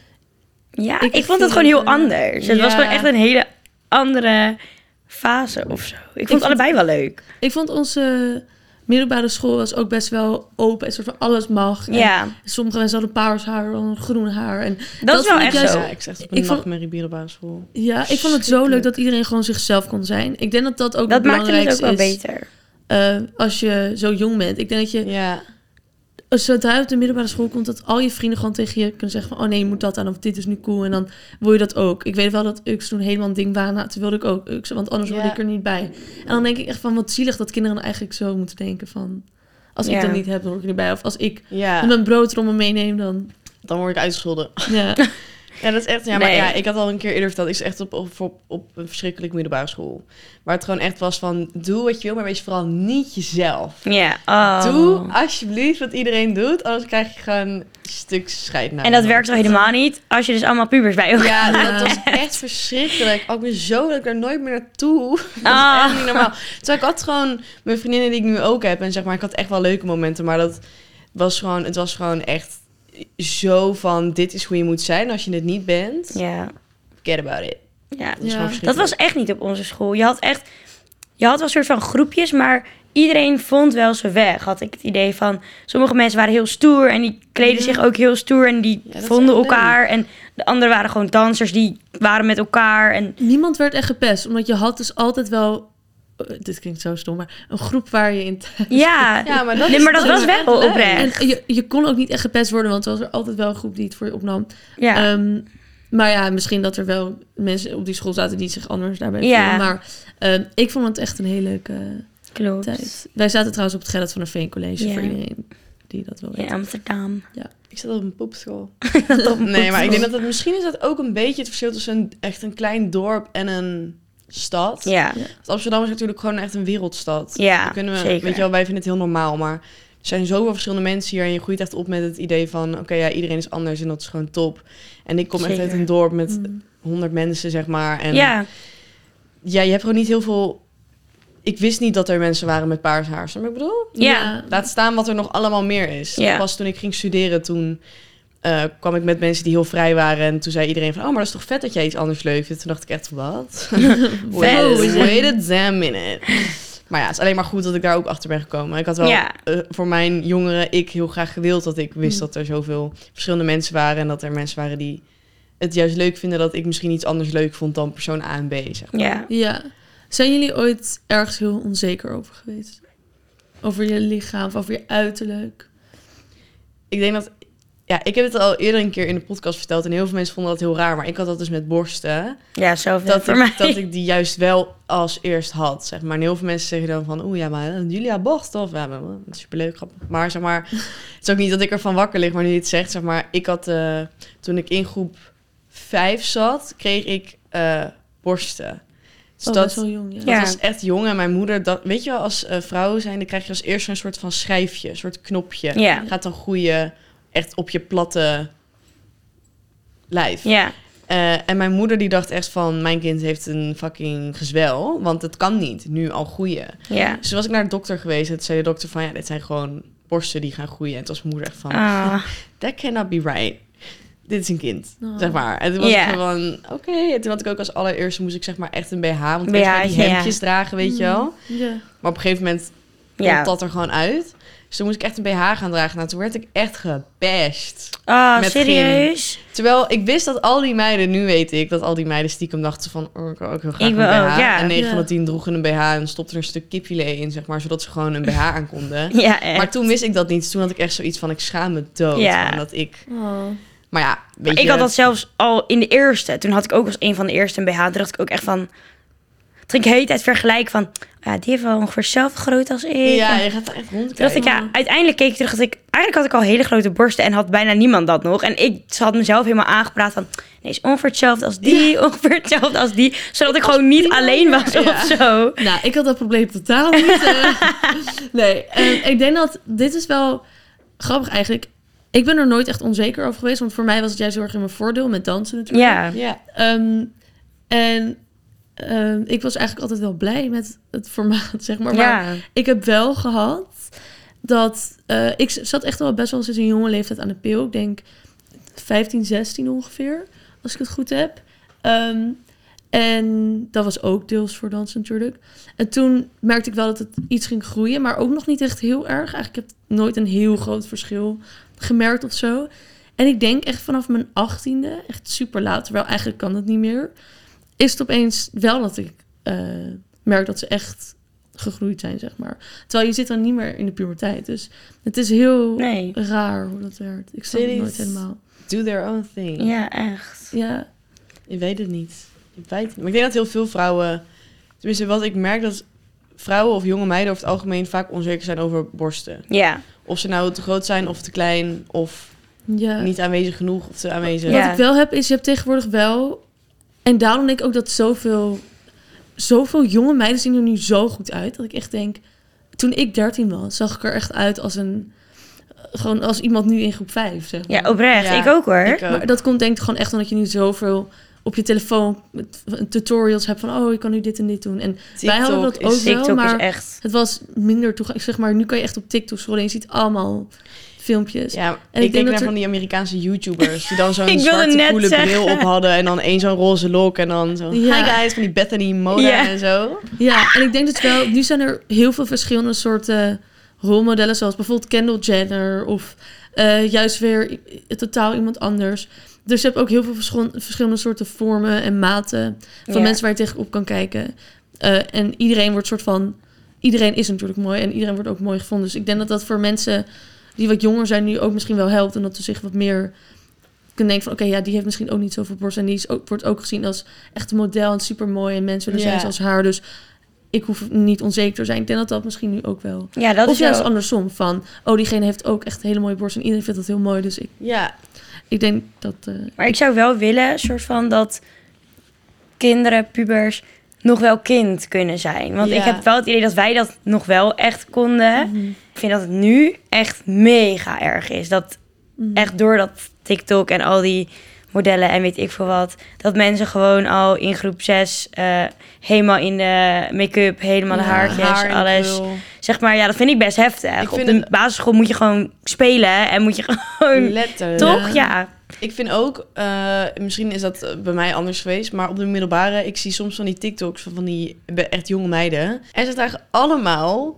S1: Ja,
S2: Ik
S1: ik, vond
S2: vind
S1: het gewoon heel
S2: het, eh,
S1: anders. Het was
S2: ja.
S1: gewoon echt een hele andere fase of zo. Ik vond het
S2: vond-
S1: allebei wel leuk.
S2: Ik vond onze middelbare school was ook best wel open. En soort van alles mag. En
S1: Ja,
S2: sommige mensen hadden paars haar, anderen groen haar. En
S1: dat, is wel
S2: vond ik
S1: echt
S2: juist-
S1: zo.
S3: Ja, ik zeg het op
S2: Ik
S3: een
S2: vond-
S3: nachtmerrie middelbare school.
S2: ja, ik vond het zo leuk dat iedereen gewoon zichzelf kon zijn. Ik denk dat dat ook
S1: Dat
S2: het
S1: maakte het ook
S2: belangrijkste
S1: wel
S2: is.
S1: beter.
S2: eh, als je zo jong bent. Ik denk dat je,
S3: Ja,
S2: zodra je op de middelbare school komt, dat al je vrienden gewoon tegen je kunnen zeggen van, oh nee, je moet dat aan, of dit is nu cool. En dan wil je dat ook. Ik weet wel dat U X toen helemaal een ding waren. Nou, toen wilde ik ook U X, want anders
S3: Ja.
S2: word ik er niet bij. En dan denk ik echt van, wat zielig dat kinderen dan eigenlijk zo moeten denken van, als ik
S1: Ja.
S2: dat niet heb, dan word ik er niet bij. Of als ik
S3: ja.
S2: mijn broodrommel meeneem, dan,
S3: Dan word ik uitgescholden.
S2: ja.
S3: Ja, dat is echt... Ja, maar
S1: Nee.
S3: ja, ik had al een keer eerder verteld... Ik zat echt op, op, op, op een verschrikkelijk middelbare school. Waar het gewoon echt was van... Doe wat je wil, maar wees vooral niet jezelf.
S1: Ja, oh.
S3: Doe alsjeblieft wat iedereen doet. Anders krijg je gewoon een stuk scheid naar
S1: En
S3: je
S1: dat
S3: hoofd.
S1: werkt toch helemaal niet als je dus allemaal pubers bij elkaar
S3: Ja,
S2: Ja.
S3: dat was echt verschrikkelijk. Oh, ik ben zo dat ik daar nooit meer naartoe. Dat
S1: Ah.
S3: is echt niet normaal. Terwijl ik had gewoon mijn vriendinnen die ik nu ook heb. En zeg maar, ik had echt wel leuke momenten. Maar dat was gewoon, het was gewoon echt zo van... Dit is hoe je moet zijn. Als je het niet bent,
S1: Ja,
S3: forget about it.
S1: ja.
S3: Dat, is
S2: Ja.
S3: gewoon
S1: Dat
S3: verschrikkelijk.
S1: was echt niet op onze school. Je had echt... Je had wel een soort van groepjes, maar iedereen vond wel zijn weg. Had ik het idee van... Sommige mensen waren heel stoer en die kleden
S3: Ja.
S1: zich ook heel stoer. En die
S3: Ja, dat is
S1: vonden
S3: echt
S1: elkaar. En de anderen waren gewoon dansers, die waren met elkaar. En
S2: Niemand werd echt gepest, omdat je had dus altijd wel... uh, dit klinkt zo stom, maar een groep waar je in thuis...
S1: ja,
S3: Ja, maar dat,
S1: nee,
S3: is-
S1: maar dat was
S3: is
S1: wel
S3: echt leuk.
S1: oprecht.
S2: En je, je kon ook niet echt gepest worden, want er was er altijd wel een groep die het voor je opnam.
S1: ja.
S2: Ehm, maar ja, misschien dat er wel mensen op die school zaten die zich anders daarbij
S1: Ja.
S2: voelen. Maar ehm, ik vond het echt een hele leuke
S1: Klopt.
S3: Dus-
S2: tijd. Wij zaten trouwens op het Gerrit van der Veen College,
S1: Ja.
S2: voor iedereen die dat wel weet.
S1: In Amsterdam.
S3: Ik zat op een poepschool.
S1: Top.
S3: Nee, maar ik denk dat het misschien is dat ook een beetje het verschil tussen een, echt een klein dorp en een stad.
S1: Ja,
S3: Want Amsterdam is natuurlijk gewoon echt een wereldstad.
S1: ja
S3: Dan kunnen we,
S1: zeker.
S3: weet je wel, wij vinden het heel normaal, maar er zijn zoveel verschillende mensen hier en je groeit echt op met het idee van, oké, ja, iedereen is anders en dat is gewoon top. En ik kom echt
S1: Zeker.
S3: uit een dorp met
S2: Mm.
S3: honderd mensen, zeg maar. En
S1: ja,
S3: ja, je hebt gewoon niet heel veel... Ik wist niet dat er mensen waren met paars haar, snap je wat ik bedoel?
S1: ja.
S3: Laat staan wat er nog allemaal meer is.
S1: Ja.
S3: Pas toen ik ging studeren, toen eh, kwam ik met mensen die heel vrij waren. En toen zei iedereen van, oh, maar dat is toch vet dat jij iets anders leuk vindt. Toen dacht ik echt, wat? wait,
S1: Vet.
S3: wait a damn minute. Maar ja, het is alleen maar goed dat ik daar ook achter ben gekomen. Ik had wel
S1: Ja.
S3: eh, voor mijn jongere ik heel graag gewild dat ik wist
S2: Mm.
S3: dat er zoveel verschillende mensen waren. En dat er mensen waren die het juist leuk vinden dat ik misschien iets anders leuk vond dan persoon A en B, zeg maar.
S1: Ja.
S2: Ja. Zijn jullie ooit ergens heel onzeker over geweest? Over je lichaam of over je uiterlijk?
S3: Ik denk dat... Ja, ik heb het al eerder een keer in de podcast verteld en heel veel mensen vonden dat heel raar. Maar ik had dat dus met borsten.
S1: Ja, zo
S3: Dat
S1: voor mij.
S3: ik, dat ik die juist wel als eerst had, zeg maar. En heel veel mensen zeggen dan van, oeh ja, maar Julia borst of... Ja, maar, superleuk, grappig. Maar zeg maar, het is ook niet dat ik ervan wakker lig, maar nu je het zegt, zeg maar. Ik had, uh, toen ik in groep vijf zat, kreeg ik uh, borsten. Dus
S2: Oh,
S3: dat,
S2: best wel jong, ja.
S3: dat
S1: Ja.
S3: was echt jong. En mijn moeder, dat, weet je wel, als uh, vrouwen zijn, dan krijg je als eerste een soort van schijfje, een soort knopje.
S1: Ja.
S3: Gaat dan groeien echt op je platte lijf.
S1: Ja.
S3: Uh, en mijn moeder die dacht echt van, mijn kind heeft een fucking gezwel, want het kan niet nu al groeien.
S1: Ja.
S3: Dus toen was ik naar de dokter geweest en toen zei de dokter van, ja, dit zijn gewoon borsten die gaan groeien. En toen was mijn moeder echt van,
S1: Ah.
S3: that cannot be right. Dit is een kind,
S2: Oh.
S3: zeg maar. En toen was
S1: Ja.
S3: ik gewoon, oké. Okay. En toen had ik ook als allereerste moest ik zeg maar echt een B H, want ik
S1: B H,
S3: ga die
S1: ja.
S3: hemdjes dragen, weet je wel.
S2: Ja.
S3: Maar op een gegeven moment
S1: Ja.
S3: komt dat er gewoon uit. Dus toen moest ik echt een B H gaan dragen. Nou, toen werd ik echt gebashed.
S1: Ah,
S3: Met
S1: serieus?
S3: Terwijl ik wist dat al die meiden, nu weet ik, dat al die meiden stiekem dachten van, oh, ik wil ook heel graag
S1: Ik
S3: een
S1: wil
S3: B H.
S1: ook, ja.
S3: En negen
S2: Ja.
S3: van de tien droegen een B H en stopten er een stuk kipfilet in, zeg maar, zodat ze gewoon een B H aan konden.
S1: Ja, echt.
S3: Maar toen wist ik dat niet. Dus toen had ik echt zoiets van, ik schaam me dood.
S1: Ja.
S3: Van dat ik...
S2: Oh.
S3: Maar ja, weet je...
S1: Ik had dat zelfs al in de eerste. Toen had ik ook als een van de eerste een B H. Toen dacht ik ook echt van... Toen ging ik de hele tijd vergelijken van... Ja, die heeft wel ongeveer zelf groot als ik.
S3: Ja,
S1: En
S3: je gaat er echt rond
S1: toen dacht ik, ja, uiteindelijk keek ik terug dat ik... Eigenlijk had ik al hele grote borsten en had bijna niemand dat nog. En ik ze had mezelf helemaal aangepraat van... Nee, is ongeveer hetzelfde als die, ongeveer hetzelfde als die. Zodat ik gewoon niet alleen was
S3: Ja.
S1: of zo.
S2: Nou, ik had dat probleem totaal niet. eh. nee, eh, ik denk dat dit is wel grappig eigenlijk. Ik ben er nooit echt onzeker over geweest. Want voor mij was het juist heel erg in mijn voordeel met dansen natuurlijk.
S1: Ja,
S3: Ja.
S2: Ehm, en ehm, ik was eigenlijk altijd wel blij met het formaat, zeg maar. Maar
S1: ja.
S2: ik heb wel gehad dat... eh, ik zat echt wel best wel sinds een jonge leeftijd aan de pil. Ik denk vijftien, zestien ongeveer, als ik het goed heb. Ehm, en dat was ook deels voor dansen natuurlijk. En toen merkte ik wel dat het iets ging groeien, maar ook nog niet echt heel erg. Eigenlijk heb ik nooit een heel groot verschil gemerkt of zo. En ik denk echt vanaf mijn achttiende, echt super laat, terwijl eigenlijk kan dat niet meer, is het opeens wel dat ik uh, merk dat ze echt gegroeid zijn, zeg maar. Terwijl je zit dan niet meer in de puberteit. Dus het is heel
S1: Nee.
S2: raar hoe dat werkt. Ik snap het
S3: Cities.
S2: nooit helemaal.
S3: Do their own thing.
S1: Ja, echt.
S2: Ja,
S3: Je weet het niet. Je weet het niet. Maar ik denk dat heel veel vrouwen... Tenminste, wat ik merk, dat vrouwen of jonge meiden over het algemeen vaak onzeker zijn over borsten.
S1: Ja,
S3: Of ze nou te groot zijn of te klein of
S2: Ja.
S3: niet aanwezig genoeg of te aanwezig.
S1: Ja.
S2: Wat ik wel heb, is je hebt tegenwoordig wel... En daarom denk ik ook dat zoveel, zoveel jonge meiden zien er nu zo goed uit. Dat ik echt denk... Toen ik dertien was, zag ik er echt uit als een... Gewoon als iemand nu in groep vijf, zeg maar.
S1: Ja, oprecht.
S3: Ja,
S1: ik ook hoor.
S3: ik ook.
S2: Maar dat komt denk ik gewoon echt omdat je nu zoveel op je telefoon tutorials hebt van... oh, je kan nu dit en dit doen. En wij hadden dat
S3: TikTok
S2: ook
S3: is-
S2: wel,
S1: TikTok
S2: maar
S1: is echt...
S2: het was minder toegankelijk. Zeg maar, nu kan je echt op TikTok scrollen en je ziet allemaal filmpjes.
S3: Ja,
S2: En
S3: ik
S2: ik
S3: denk
S2: denk
S3: naar
S2: dat er-
S3: van die Amerikaanse YouTubers... die dan zo'n
S1: Ik wilde
S3: zwarte
S1: net
S3: coole
S1: zeggen.
S3: bril op hadden... en dan één zo'n roze lok en dan zo...
S2: Ja.
S3: Hi guys, van die Bethany Moda
S1: Ja.
S3: en zo.
S2: Ja, en ik denk dat wel... Nu zijn er heel veel verschillende soorten rolmodellen... zoals bijvoorbeeld Kendall Jenner... of eh, juist weer i- i- totaal iemand anders. Dus je hebt ook heel veel verschon- verschillende soorten vormen en maten... van
S1: Ja.
S2: mensen waar je tegenop kan kijken. Eh, en iedereen wordt soort van... Iedereen is natuurlijk mooi en iedereen wordt ook mooi gevonden. Dus ik denk dat dat voor mensen die wat jonger zijn... nu ook misschien wel helpt... en dat ze zich wat meer kunnen denken van... oké, ja, die heeft misschien ook niet zoveel borst... en die is ook, wordt ook gezien als echt een model en super mooi... en mensen willen
S3: Ja.
S2: zijn zoals haar. Dus ik hoef niet onzeker te zijn. Ik denk dat dat misschien nu ook wel...
S1: Ja, dat
S2: of
S1: is
S2: juist
S1: wel...
S2: andersom, van... oh, diegene heeft ook echt een hele mooie borst... en iedereen vindt dat heel mooi. Dus ik,
S3: Ja,
S2: ik denk dat... eh,
S1: Maar ik zou wel willen, soort van, dat kinderen, pubers, nog wel kind kunnen zijn. Want
S3: Ja.
S1: ik heb wel het idee dat wij dat nog wel echt konden.
S2: mhm,
S1: Ik vind dat het nu echt mega erg is. Dat
S2: mhm.
S1: echt door dat TikTok en al die modellen en weet ik veel wat... dat mensen gewoon al in groep zes uh, helemaal in de make-up, helemaal de
S2: Ja,
S1: haartjes,
S3: haar en
S1: alles.
S3: krul.
S1: Zeg maar, ja, dat vind ik best heftig.
S3: Ik
S1: Op
S3: vind
S1: de
S3: het-
S1: basisschool moet je gewoon spelen en moet je gewoon...
S3: Letterlijk.
S1: Toch? Ja.
S3: Ik vind ook, eh, misschien is dat eh, bij mij anders geweest, maar op de middelbare, ik zie soms van die TikToks van, van die echt jonge meiden. En ze dragen allemaal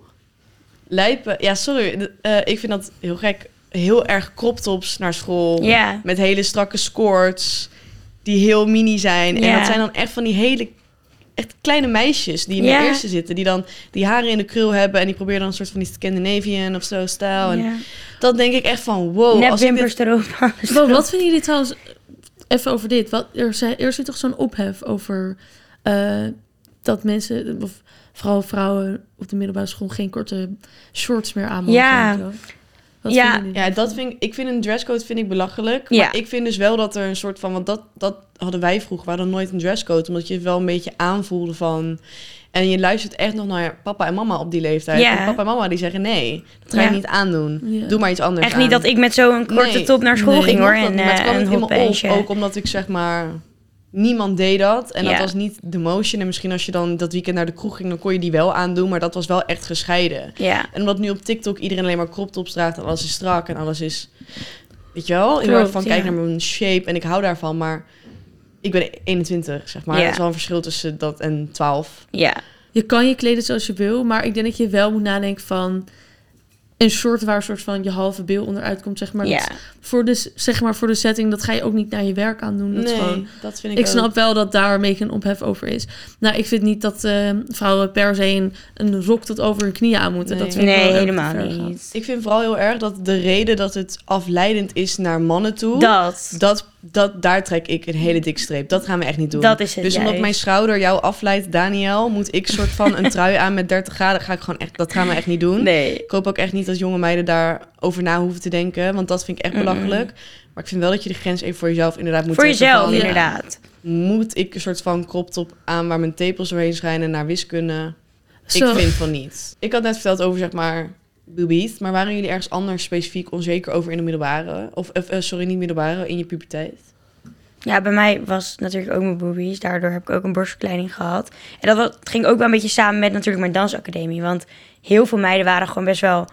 S3: lijpen. Ja, sorry, d- eh, ik vind dat heel gek. Heel erg crop tops naar school.
S1: Ja.
S3: Met hele strakke skirts die heel mini zijn. En
S1: Ja.
S3: dat zijn dan echt van die hele echt kleine meisjes die in
S1: Ja.
S3: de eerste zitten. Die dan die haren in de krul hebben en die proberen dan een soort van die Scandinavian of zo stijl. En
S1: Ja.
S3: dan denk ik echt van wow.
S1: Net
S3: als ik dit-
S1: wimpers erop. alles
S2: Wow,
S1: erop.
S2: wat vinden jullie trouwens... Even over dit. Wat, er, zijn, er zit toch zo'n ophef over... eh, dat mensen, of vooral vrouwen op de middelbare school... geen korte shorts meer aan mogen.
S1: Ja.
S2: en zo. Wat
S1: Ja.
S2: vinden jullie
S3: Ja,
S2: daarvan?
S3: dat vind ik, ik vind een dresscode vind ik belachelijk.
S1: Ja.
S3: Maar ik vind dus wel dat er een soort van... Want dat, dat hadden wij vroeger. We hadden nooit een dresscode. Omdat je het wel een beetje aanvoelde van... En je luistert echt nog naar papa en mama op die leeftijd.
S1: Ja.
S3: En papa en mama die zeggen nee, dat ga je
S1: Ja.
S3: niet aandoen.
S2: Ja.
S3: Doe maar iets anders
S1: Echt niet
S3: aan.
S1: dat ik met zo'n korte
S3: Nee.
S1: top naar school
S2: Nee,
S1: ging
S3: Ik
S1: hoor.
S3: mocht dat
S1: En
S3: niet, maar het
S1: eh,
S3: kwam
S1: een
S3: niet helemaal
S1: hotpantje.
S3: op. Ook omdat ik zeg maar... Niemand deed dat. En
S1: Ja.
S3: dat was niet de motion. En misschien als je dan dat weekend naar de kroeg ging... dan kon je die wel aandoen. Maar dat was wel echt gescheiden.
S1: Ja.
S3: En omdat nu op TikTok iedereen alleen maar crop tops draagt... en alles is strak en alles is... Weet je wel? Heel
S1: Klopt,
S3: erg van, kijk
S1: ja.
S3: naar mijn shape en ik hou daarvan. Maar ik ben eenentwintig, zeg maar.
S1: Ja.
S3: Er is wel een verschil tussen dat en twaalf.
S1: Ja.
S2: Je kan je kleden zoals je wil, maar ik denk dat je wel moet nadenken van... een short waar een soort van je halve bil onderuit komt, zeg maar.
S1: Ja.
S2: Dat, voor de, zeg maar voor de setting, dat ga je ook niet naar je werk aan doen. Dat is gewoon,
S3: dat vind ik
S2: ik
S3: ook.
S2: snap wel dat daar een beetje een ophef over is. Nou, ik vind niet dat eh, vrouwen per se een, een rok tot over hun knieën aan moeten.
S3: Nee.
S2: Dat vind ik
S1: Nee,
S2: wel erg
S1: helemaal
S2: te ver gaan.
S1: niet.
S3: Ik vind vooral heel erg dat de reden dat het afleidend is naar mannen toe...
S1: Dat.
S3: Dat, dat, daar trek ik een hele dik streep. Dat gaan we echt niet doen.
S1: Dat is het
S3: Dus omdat
S1: juist.
S3: mijn schouder jou afleidt, Daniel... moet ik soort van een trui aan met dertig graden. Ga ik gewoon echt, dat gaan we echt niet doen.
S1: Nee.
S3: Ik hoop ook echt niet dat jonge meiden daarover na hoeven te denken. Want dat vind ik echt
S1: Mm-mm.
S3: belachelijk. Maar ik vind wel dat je de grens even voor jezelf inderdaad moet
S1: Voor
S3: trekken
S1: jezelf,
S3: van,
S2: ja.
S1: inderdaad.
S3: Moet ik een soort van crop top aan waar mijn tepels doorheen schijnen naar wiskunde?
S2: Zo.
S3: Ik vind van niet. Ik had net verteld over zeg maar boobies. Maar waren jullie ergens anders specifiek onzeker over in de middelbare? Of, of eh, sorry, niet middelbare, in je puberteit?
S1: Ja, bij mij was het natuurlijk ook mijn boobies. Daardoor heb ik ook een borstverkleining gehad. En dat was- ging ook wel een beetje samen met natuurlijk mijn dansacademie. Want heel veel meiden waren gewoon best wel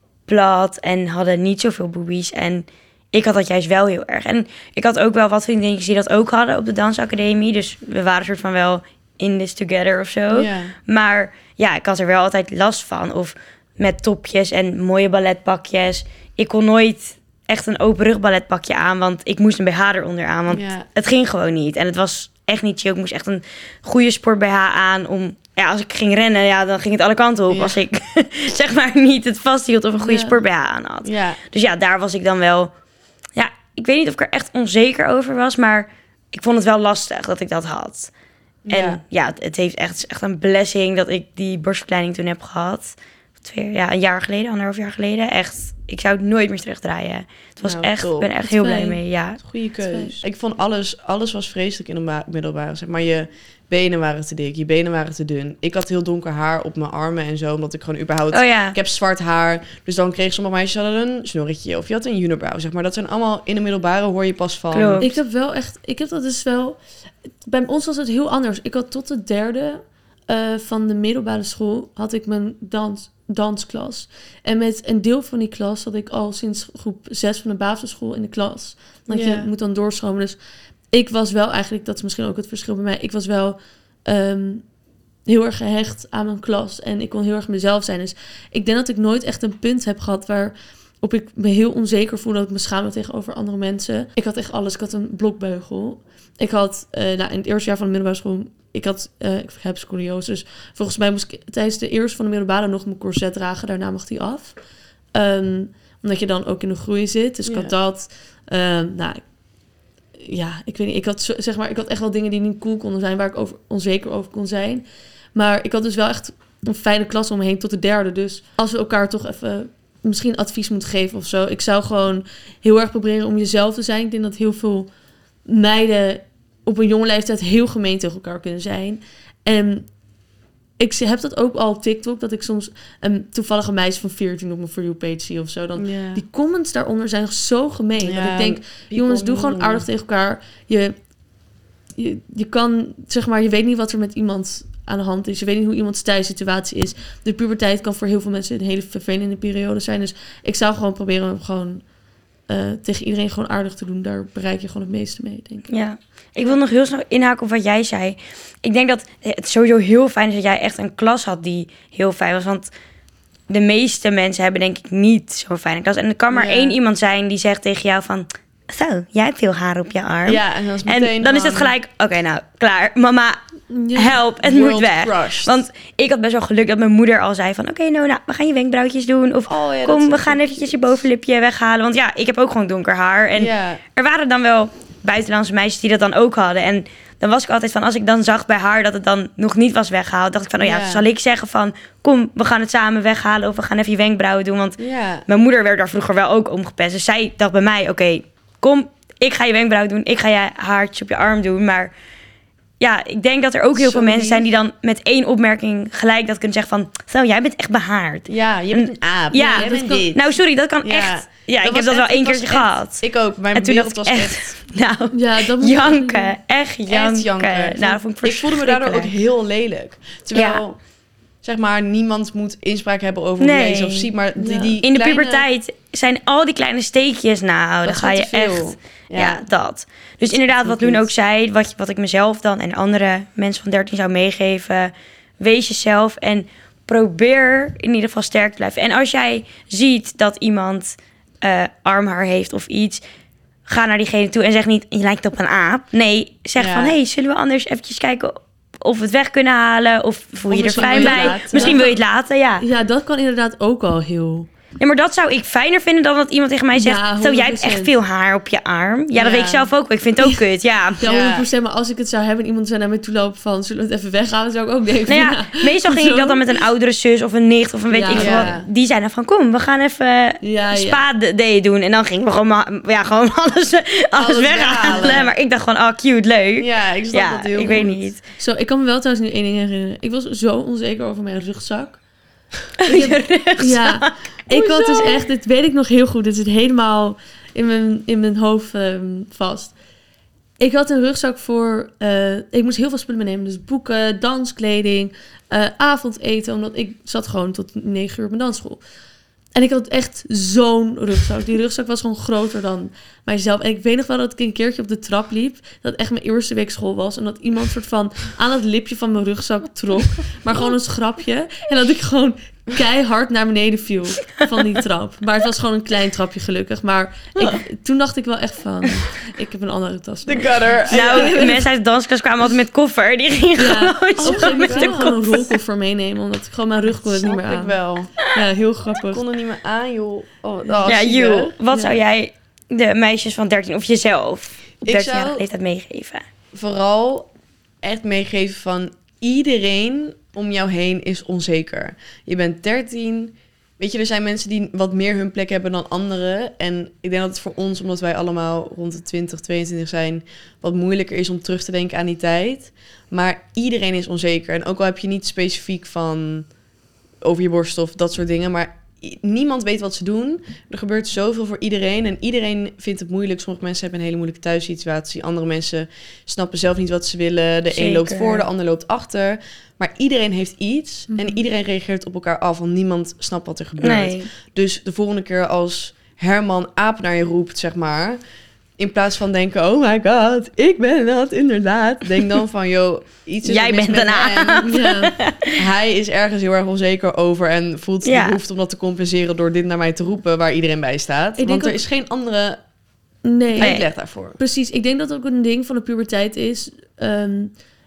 S1: plat en hadden niet zoveel boobies. En ik had dat juist wel heel erg. En ik had ook wel wat vriendinnetjes die dat ook hadden op de dansacademie. Dus we waren soort van wel in this together of zo.
S3: Ja.
S1: Maar ja, ik had er wel altijd last van. Of met topjes en mooie balletpakjes. Ik kon nooit echt een open rug balletpakje aan, want ik moest een B H eronder aan. Want
S3: Ja.
S1: het ging gewoon niet. En het was echt niet chill. Ik moest echt een goede sport B H aan om... Ja, als ik ging rennen, ja, dan ging het alle kanten op.
S3: Ja.
S1: Als ik zeg maar niet het vasthield of een goede
S2: Ja.
S1: sport B H aan had.
S3: Ja.
S1: Dus ja, daar was ik dan wel... Ja, ik weet niet of ik er echt onzeker over was, maar ik vond het wel lastig dat ik dat had. En
S3: Ja.
S1: ja, het heeft echt, het is echt een blessing dat ik die borstverkleining toen heb gehad. twee, ja, een jaar geleden, anderhalf jaar geleden. Echt, ik zou het nooit meer terugdraaien. Het was
S3: Nou,
S1: echt, ik
S3: top.
S1: ben echt
S2: Wat
S1: heel
S2: fijn.
S1: blij mee, ja.
S3: Goede
S2: Dat is
S3: keus. Ik vond alles, alles was vreselijk in de ma- middelbare. Zeg maar, je benen waren te dik, je benen waren te dun. Ik had heel donker haar op mijn armen en zo, omdat ik gewoon überhaupt...
S1: Oh ja,
S3: Ik heb zwart haar, dus dan kreeg sommige meisjes hadden een snorretje of je had een unibrow, zeg maar. Dat zijn allemaal in de middelbare hoor je pas van.
S1: Klopt.
S2: Ik heb wel echt... Ik heb dat dus wel... Bij ons was het heel anders. Ik had tot de derde eh, van de middelbare school... had ik mijn dans, dansklas. En met een deel van die klas had ik al sinds groep zes van de basisschool in de klas. Want
S3: Ja.
S2: je moet dan doorstromen. Dus ik was wel eigenlijk... Dat is misschien ook het verschil bij mij. Ik was wel... ehm, heel erg gehecht aan mijn klas. En ik kon heel erg mezelf zijn. Dus ik denk dat ik nooit echt een punt heb gehad... waarop ik me heel onzeker voelde... dat ik me schaamde tegenover andere mensen. Ik had echt alles. Ik had een blokbeugel. Ik had uh, nou, in het eerste jaar van de middelbare school... Ik, had, uh, ik heb scoliose. Dus volgens mij moest ik tijdens de eerste van de middelbare... nog mijn corset dragen. Daarna mag die af. Um, omdat je dan ook in de groei zit. Dus ik
S3: Ja.
S2: had dat. Um, nou, ja, ik weet niet. Ik had, zo- zeg maar, ik had echt wel dingen die niet cool konden zijn... waar ik over, onzeker over kon zijn. Maar ik had dus wel echt een fijne klas om me heen tot de derde. Dus als we elkaar toch even misschien advies moeten geven of zo... ik zou gewoon heel erg proberen om jezelf te zijn. Ik denk dat heel veel meiden op een jonge leeftijd... heel gemeen tegen elkaar kunnen zijn. En ik heb dat ook al op TikTok... dat ik soms een toevallige meisje van veertien op mijn For You page zie of zo. Dan,
S3: Ja.
S2: Die comments daaronder zijn zo gemeen.
S3: Ja,
S2: dat ik denk, jongens, doe gewoon aardig tegen elkaar. Je, je, je kan, zeg maar, je weet niet wat er met iemand aan de hand is. Je weet niet hoe iemands thuissituatie is. De puberteit kan voor heel veel mensen een hele vervelende periode zijn. Dus ik zou gewoon proberen om gewoon uh, tegen iedereen gewoon aardig te doen. Daar bereik je gewoon het meeste mee, denk ik.
S1: ja. Ik wil nog heel snel inhaken op wat jij zei. Ik denk dat het sowieso heel fijn is dat jij echt een klas had die heel fijn was. Want de meeste mensen hebben denk ik niet zo'n fijne klas. En er kan maar
S3: Ja.
S1: één iemand zijn die zegt tegen jou van... Zo, jij hebt veel haar op je arm.
S3: Ja, en dan is, meteen
S1: en dan is het
S3: van
S1: gelijk... Oké, nou, klaar. Mama,
S2: Ja.
S1: help, het
S3: world
S1: moet weg.
S3: crushed.
S1: Want ik had best wel geluk dat mijn moeder al zei van... Oké, okay, nou, we gaan je wenkbrauwtjes doen. Of
S3: Oh, ja, dat
S1: kom,
S3: is
S1: we
S3: ook
S1: gaan
S3: zo
S1: eventjes je
S3: cute.
S1: bovenlipje weghalen. Want ja, ik heb ook gewoon donker haar. En
S3: ja.
S1: er waren dan wel buitenlandse meisjes die dat dan ook hadden. En dan was ik altijd van... Als ik dan zag bij haar dat het dan nog niet was weggehaald... dacht ik van, oh ja,
S3: Ja.
S1: zal ik zeggen van... Kom, we gaan het samen weghalen. Of we gaan even je wenkbrauwen doen. Want
S3: ja.
S1: mijn moeder werd daar vroeger wel ook omgepest. Dus zij dacht bij mij, oké, okay, kom... Ik ga je wenkbrauw doen, ik ga je haartje op je arm doen. Maar ja, ik denk dat er ook heel
S3: Zo
S1: veel mensen
S3: lief.
S1: zijn... die dan met één opmerking gelijk dat kunnen zeggen van... Zo, jij bent echt behaard.
S3: Ja, je bent een aap.
S1: Ja,
S3: jij
S1: dat
S3: bent
S1: kan-
S3: dit.
S1: nou sorry, dat kan
S3: Ja.
S1: echt... Ja, ik
S3: was
S1: heb dat wel
S3: echt-
S1: één
S3: ik was
S1: keertje
S3: echt-
S1: gehad.
S3: Ik ook. Mijn
S1: En toen
S3: beeld
S1: dacht ik
S3: was
S1: echt...
S3: echt...
S1: Nou,
S2: Ja, dat moet ik
S1: janken. Echt janken.
S3: Echt janken.
S1: Nou, dat vond ik
S3: ik voelde me daardoor ook
S1: verschrikkelijk.
S3: heel lelijk. Terwijl, zeg maar, niemand moet inspraak hebben over
S1: Nee.
S3: hoe jij jezelf ziet. Maar die,
S2: Ja.
S3: die
S1: In de
S3: kleine-
S1: puberteit zijn al die kleine steekjes... Nou, dan
S3: Dat
S1: ga
S3: is
S1: je
S3: te veel.
S1: echt... Ja. dat. Dus inderdaad, wat
S3: heel
S1: Loen ook
S3: cute.
S1: zei... Wat, wat ik mezelf dan en andere mensen van dertien zou meegeven... Wees jezelf en probeer in ieder geval sterk te blijven. En als jij ziet dat iemand uh, armhaar heeft of iets... Ga naar diegene toe en zeg niet... Je lijkt op een aap. Nee, zeg
S3: Ja.
S1: van... Hey, zullen we anders eventjes kijken... of we het weg kunnen halen? Of voel
S3: Of
S1: je er
S3: misschien
S1: fijn
S3: wil je het
S1: bij?
S3: laten.
S1: Misschien wil je het laten, ja.
S2: Ja, dat kan inderdaad ook al heel...
S1: Ja, maar dat zou ik fijner vinden dan dat iemand tegen mij zegt...
S2: Ja,
S1: Zo, jij hebt
S2: honderd
S1: echt
S2: procent.
S1: veel haar op je arm. Ja, dat
S3: Ja.
S1: weet ik zelf ook. Ik vind het ook kut, ja.
S2: Ja,
S3: Ja.
S2: honderd procent. Maar als ik het zou hebben en iemand zou naar mij toe lopen van... zullen we het even weghalen, zou ik ook denken...
S1: Nou ja, meestal ging ik
S2: zo.
S1: dat dan met een oudere zus of een nicht of een weet
S2: Ja.
S1: ik veel
S3: Ja.
S1: wat. Die zeiden dan van, kom, we gaan even
S2: Ja, ja.
S1: spa-day doen. En dan gingen we gewoon, ma- ja, gewoon alles, alles,
S3: Alles
S1: weghalen.
S3: weghalen.
S1: Maar ik dacht gewoon, oh, cute, leuk.
S3: Ja, ik snap
S1: Ja,
S3: dat heel
S1: ik
S3: goed.
S1: weet niet.
S2: Zo, ik kan me wel trouwens nu één ding herinneren. Ik was zo onzeker over mijn rugzak. Ja, ik had dus echt, dit weet ik nog heel goed. Dit zit helemaal in mijn, in mijn hoofd ehm, vast. Ik had een rugzak voor, eh, ik moest heel veel spullen meenemen. Dus boeken, danskleding, eh, avondeten. Omdat ik zat gewoon tot negen uur op mijn dansschool. En ik had echt zo'n rugzak. Die rugzak was gewoon groter dan mijzelf. En ik weet nog wel dat ik een keertje op de trap liep. Dat echt mijn eerste week school was. En dat iemand soort van aan het lipje van mijn rugzak trok. Maar gewoon een schrapje. En dat ik gewoon keihard naar beneden viel van die trap. Maar het was gewoon een klein trapje gelukkig. Maar ik, toen dacht ik wel echt van... Ik heb een andere tas
S3: De
S2: nodig.
S3: gutter.
S1: Nou, mensen uit de dansklas kwamen altijd met koffer. Die gingen
S2: Ja,
S1: gewoon
S2: op een
S1: zo
S2: gegeven moment
S1: met
S2: kon
S1: de
S2: ik gewoon een
S1: koffer.
S2: rolkoffer meenemen. Omdat ik gewoon mijn rug kon het niet meer
S3: Snap ik
S2: aan.
S3: wel.
S2: Ja, heel
S3: Ik
S2: grappig.
S3: kon er niet meer aan, joh. Oh, oh,
S1: Ja,
S3: zielig.
S1: Joe, wat
S2: Ja.
S1: zou jij de meisjes van dertien of jezelf op
S3: Ik
S1: dertienjarige
S3: zou-
S1: leeftijd meegeven?
S3: Vooral echt meegeven van... iedereen om jou heen is onzeker. Je bent dertien. Weet je, er zijn mensen die wat meer hun plek hebben dan anderen. En ik denk dat het voor ons, omdat wij allemaal rond de twintig, tweeëntwintig zijn, wat moeilijker is om terug te denken aan die tijd. Maar iedereen is onzeker. En ook al heb je niet specifiek van over je borst of dat soort dingen, maar niemand weet wat ze doen. Er gebeurt zoveel voor iedereen. En iedereen vindt het moeilijk. Sommige mensen hebben een hele moeilijke thuissituatie. Andere mensen snappen zelf niet wat ze willen. De
S1: Zeker.
S3: een loopt voor, de ander loopt achter. Maar iedereen heeft iets.
S2: Mhm.
S3: En iedereen reageert op elkaar af. Want niemand snapt wat er gebeurt.
S1: Nee.
S3: Dus de volgende keer als Herman aap naar je roept, zeg maar, in plaats van denken, oh my god, ik ben dat inderdaad. Denk dan van, yo, iets is
S1: Jij
S3: er mis
S1: bent
S3: met
S1: een
S3: hem.
S1: aap.
S2: Ja.
S3: Hij is ergens heel erg onzeker over en voelt de
S1: Ja.
S3: behoefte om dat te compenseren door dit naar mij te roepen waar iedereen bij staat.
S2: denk
S3: Want er
S2: ook-
S3: is geen andere
S2: Nee.
S3: uitleg daarvoor.
S2: Precies, ik denk dat ook een ding van de puberteit is. Ehm,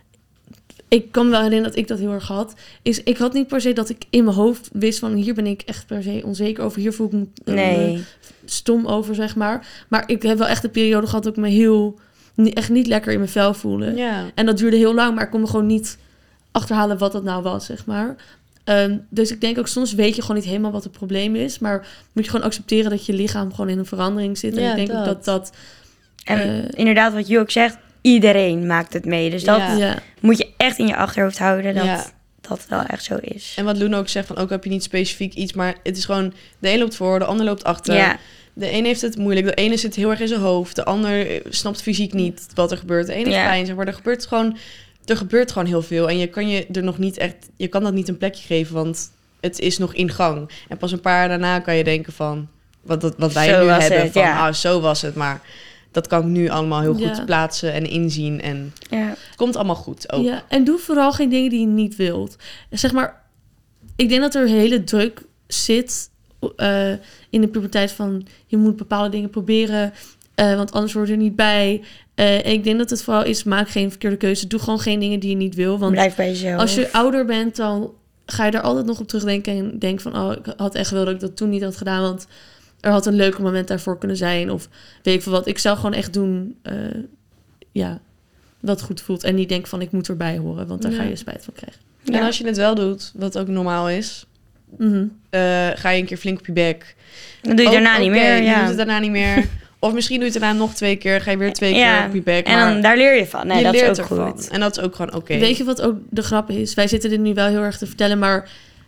S2: ik kan me wel herinneren dat ik dat heel erg had. Is, ik had niet per se dat ik in mijn hoofd wist van hier ben ik echt per se onzeker over. Hier voel ik me eh,
S1: Nee.
S2: stom over, zeg maar. Maar ik heb wel echt een periode gehad dat ik me heel, ni- echt niet lekker in mijn vel voelde.
S3: Ja.
S2: En dat duurde heel lang, maar ik kon me gewoon niet achterhalen wat dat nou was, zeg maar. Ehm, dus ik denk ook, soms weet je gewoon niet helemaal wat het probleem is. Maar moet je gewoon accepteren dat je lichaam gewoon in een verandering zit. En
S3: Ja,
S2: ik denk ook
S3: dat.
S2: dat dat...
S1: En
S2: Eh,
S1: inderdaad, wat je ook zegt, iedereen maakt het mee. Dus dat
S3: Ja.
S2: ja.
S1: moet je echt in je achterhoofd houden, dat
S3: Ja.
S1: dat wel echt zo is.
S3: En wat Luna ook zegt, van ook heb je niet specifiek iets, maar het is gewoon, de een loopt voor, de ander loopt achter.
S1: Ja,
S3: De een heeft het moeilijk, de ene zit heel erg in zijn hoofd, de ander snapt fysiek niet wat er gebeurt. De een heeft
S1: Ja.
S3: pijn, zeg maar. Er gebeurt gewoon, er gebeurt gewoon heel veel. En je kan je er nog niet echt, je kan dat niet een plekje geven, want het is nog in gang. En pas een paar jaar daarna kan je denken van, wat, dat- wat wij
S1: Zo
S3: nu
S1: was
S3: hebben,
S1: het,
S3: van
S1: ja.
S3: ah, zo was het. Maar dat kan ik nu allemaal heel goed
S2: Ja.
S3: plaatsen en inzien. En
S1: ja.
S3: het komt allemaal goed ook.
S2: Ja, en doe vooral geen dingen die je niet wilt. Zeg maar, ik denk dat er hele druk zit eh, in de puberteit van je moet bepaalde dingen proberen, eh, want anders word je er niet bij. Eh, en ik denk dat het vooral is, maak geen verkeerde keuze. Doe gewoon geen dingen die je niet wil. Want
S1: Blijf bij jezelf.
S2: als je ouder bent, dan ga je er altijd nog op terugdenken en denk van, oh, ik had echt wel dat ik dat toen niet had gedaan, want er had een leuker moment daarvoor kunnen zijn. Of weet ik veel wat. Ik zou gewoon echt doen, uh, ja, wat goed voelt. En niet denken van, ik moet erbij horen, want daar
S3: Ja.
S2: ga je spijt van krijgen.
S1: Ja.
S3: En als je het wel doet, wat ook normaal is,
S2: Mhm.
S3: eh, ga je een keer flink op je bek.
S1: Dan doe je
S3: Ook
S1: daarna niet
S3: oké,
S1: meer.
S3: Je
S1: Ja.
S3: doet het daarna niet meer. Of misschien doe je het daarna nog twee keer. Ga je weer twee
S1: Ja.
S3: keer op je bek.
S1: En
S3: Maar
S1: dan, daar leer je van. Nee,
S3: je
S1: dat
S3: leert
S1: is ook
S3: ervan.
S1: goed.
S3: En dat is ook gewoon oké.
S2: Weet je wat ook de grap is? Wij zitten dit nu wel heel erg te vertellen, maar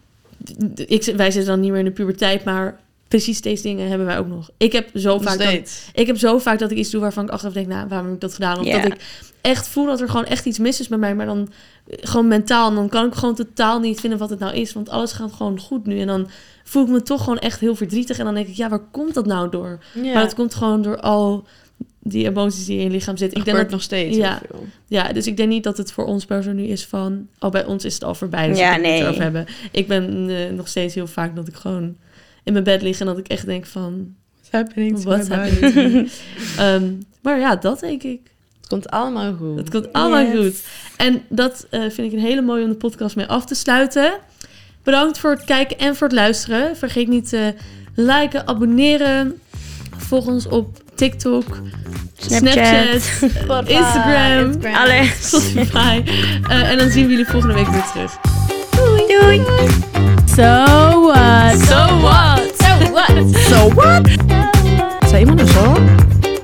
S2: ik, wij zitten dan niet meer in de puberteit, maar precies deze dingen hebben wij ook nog. Ik heb zo
S3: Nog
S2: vaak dat,
S3: steeds.
S2: ik heb zo vaak dat ik iets doe waarvan ik achteraf denk, nou, waarom heb ik dat gedaan? Of
S1: Ja.
S2: dat ik echt voel dat er gewoon echt iets mis is met mij, maar dan eh, gewoon mentaal. En dan kan ik gewoon totaal niet vinden wat het nou is, want alles gaat gewoon goed nu. En dan voel ik me toch gewoon echt heel verdrietig. En dan denk ik, ja, waar komt dat nou door?
S3: Ja.
S2: Maar dat komt gewoon door al die emoties die in je lichaam zitten. Ik denk
S3: gebeurt
S2: dat,
S3: nog steeds
S2: ja.
S3: heel veel.
S2: ja, dus ik denk niet dat het voor ons per se nu is van, oh, bij ons is het al voorbij, dus
S1: Ja,
S2: ik kan het
S1: nee.
S2: niet erover hebben. Ik ben eh, nog steeds heel vaak dat ik gewoon in mijn bed lig en dat ik echt denk van,
S3: What's happening to
S2: what's
S3: my body?
S2: happening to me? Ehm, maar ja, dat denk ik.
S3: Het komt allemaal goed.
S2: Het komt allemaal
S1: Yes.
S2: goed. En dat eh, vind ik een hele mooie om de podcast mee af te sluiten. Bedankt voor het kijken en voor het luisteren. Vergeet niet te liken, abonneren. Volg ons op TikTok,
S1: Snapchat.
S2: Snapchat,
S3: Spotify,
S2: Instagram,
S1: Alles.
S2: Spotify. Uh, en dan zien we jullie volgende week weer terug.
S1: Doei. Doei.
S4: So what?
S1: So what?
S4: So what?
S1: So what?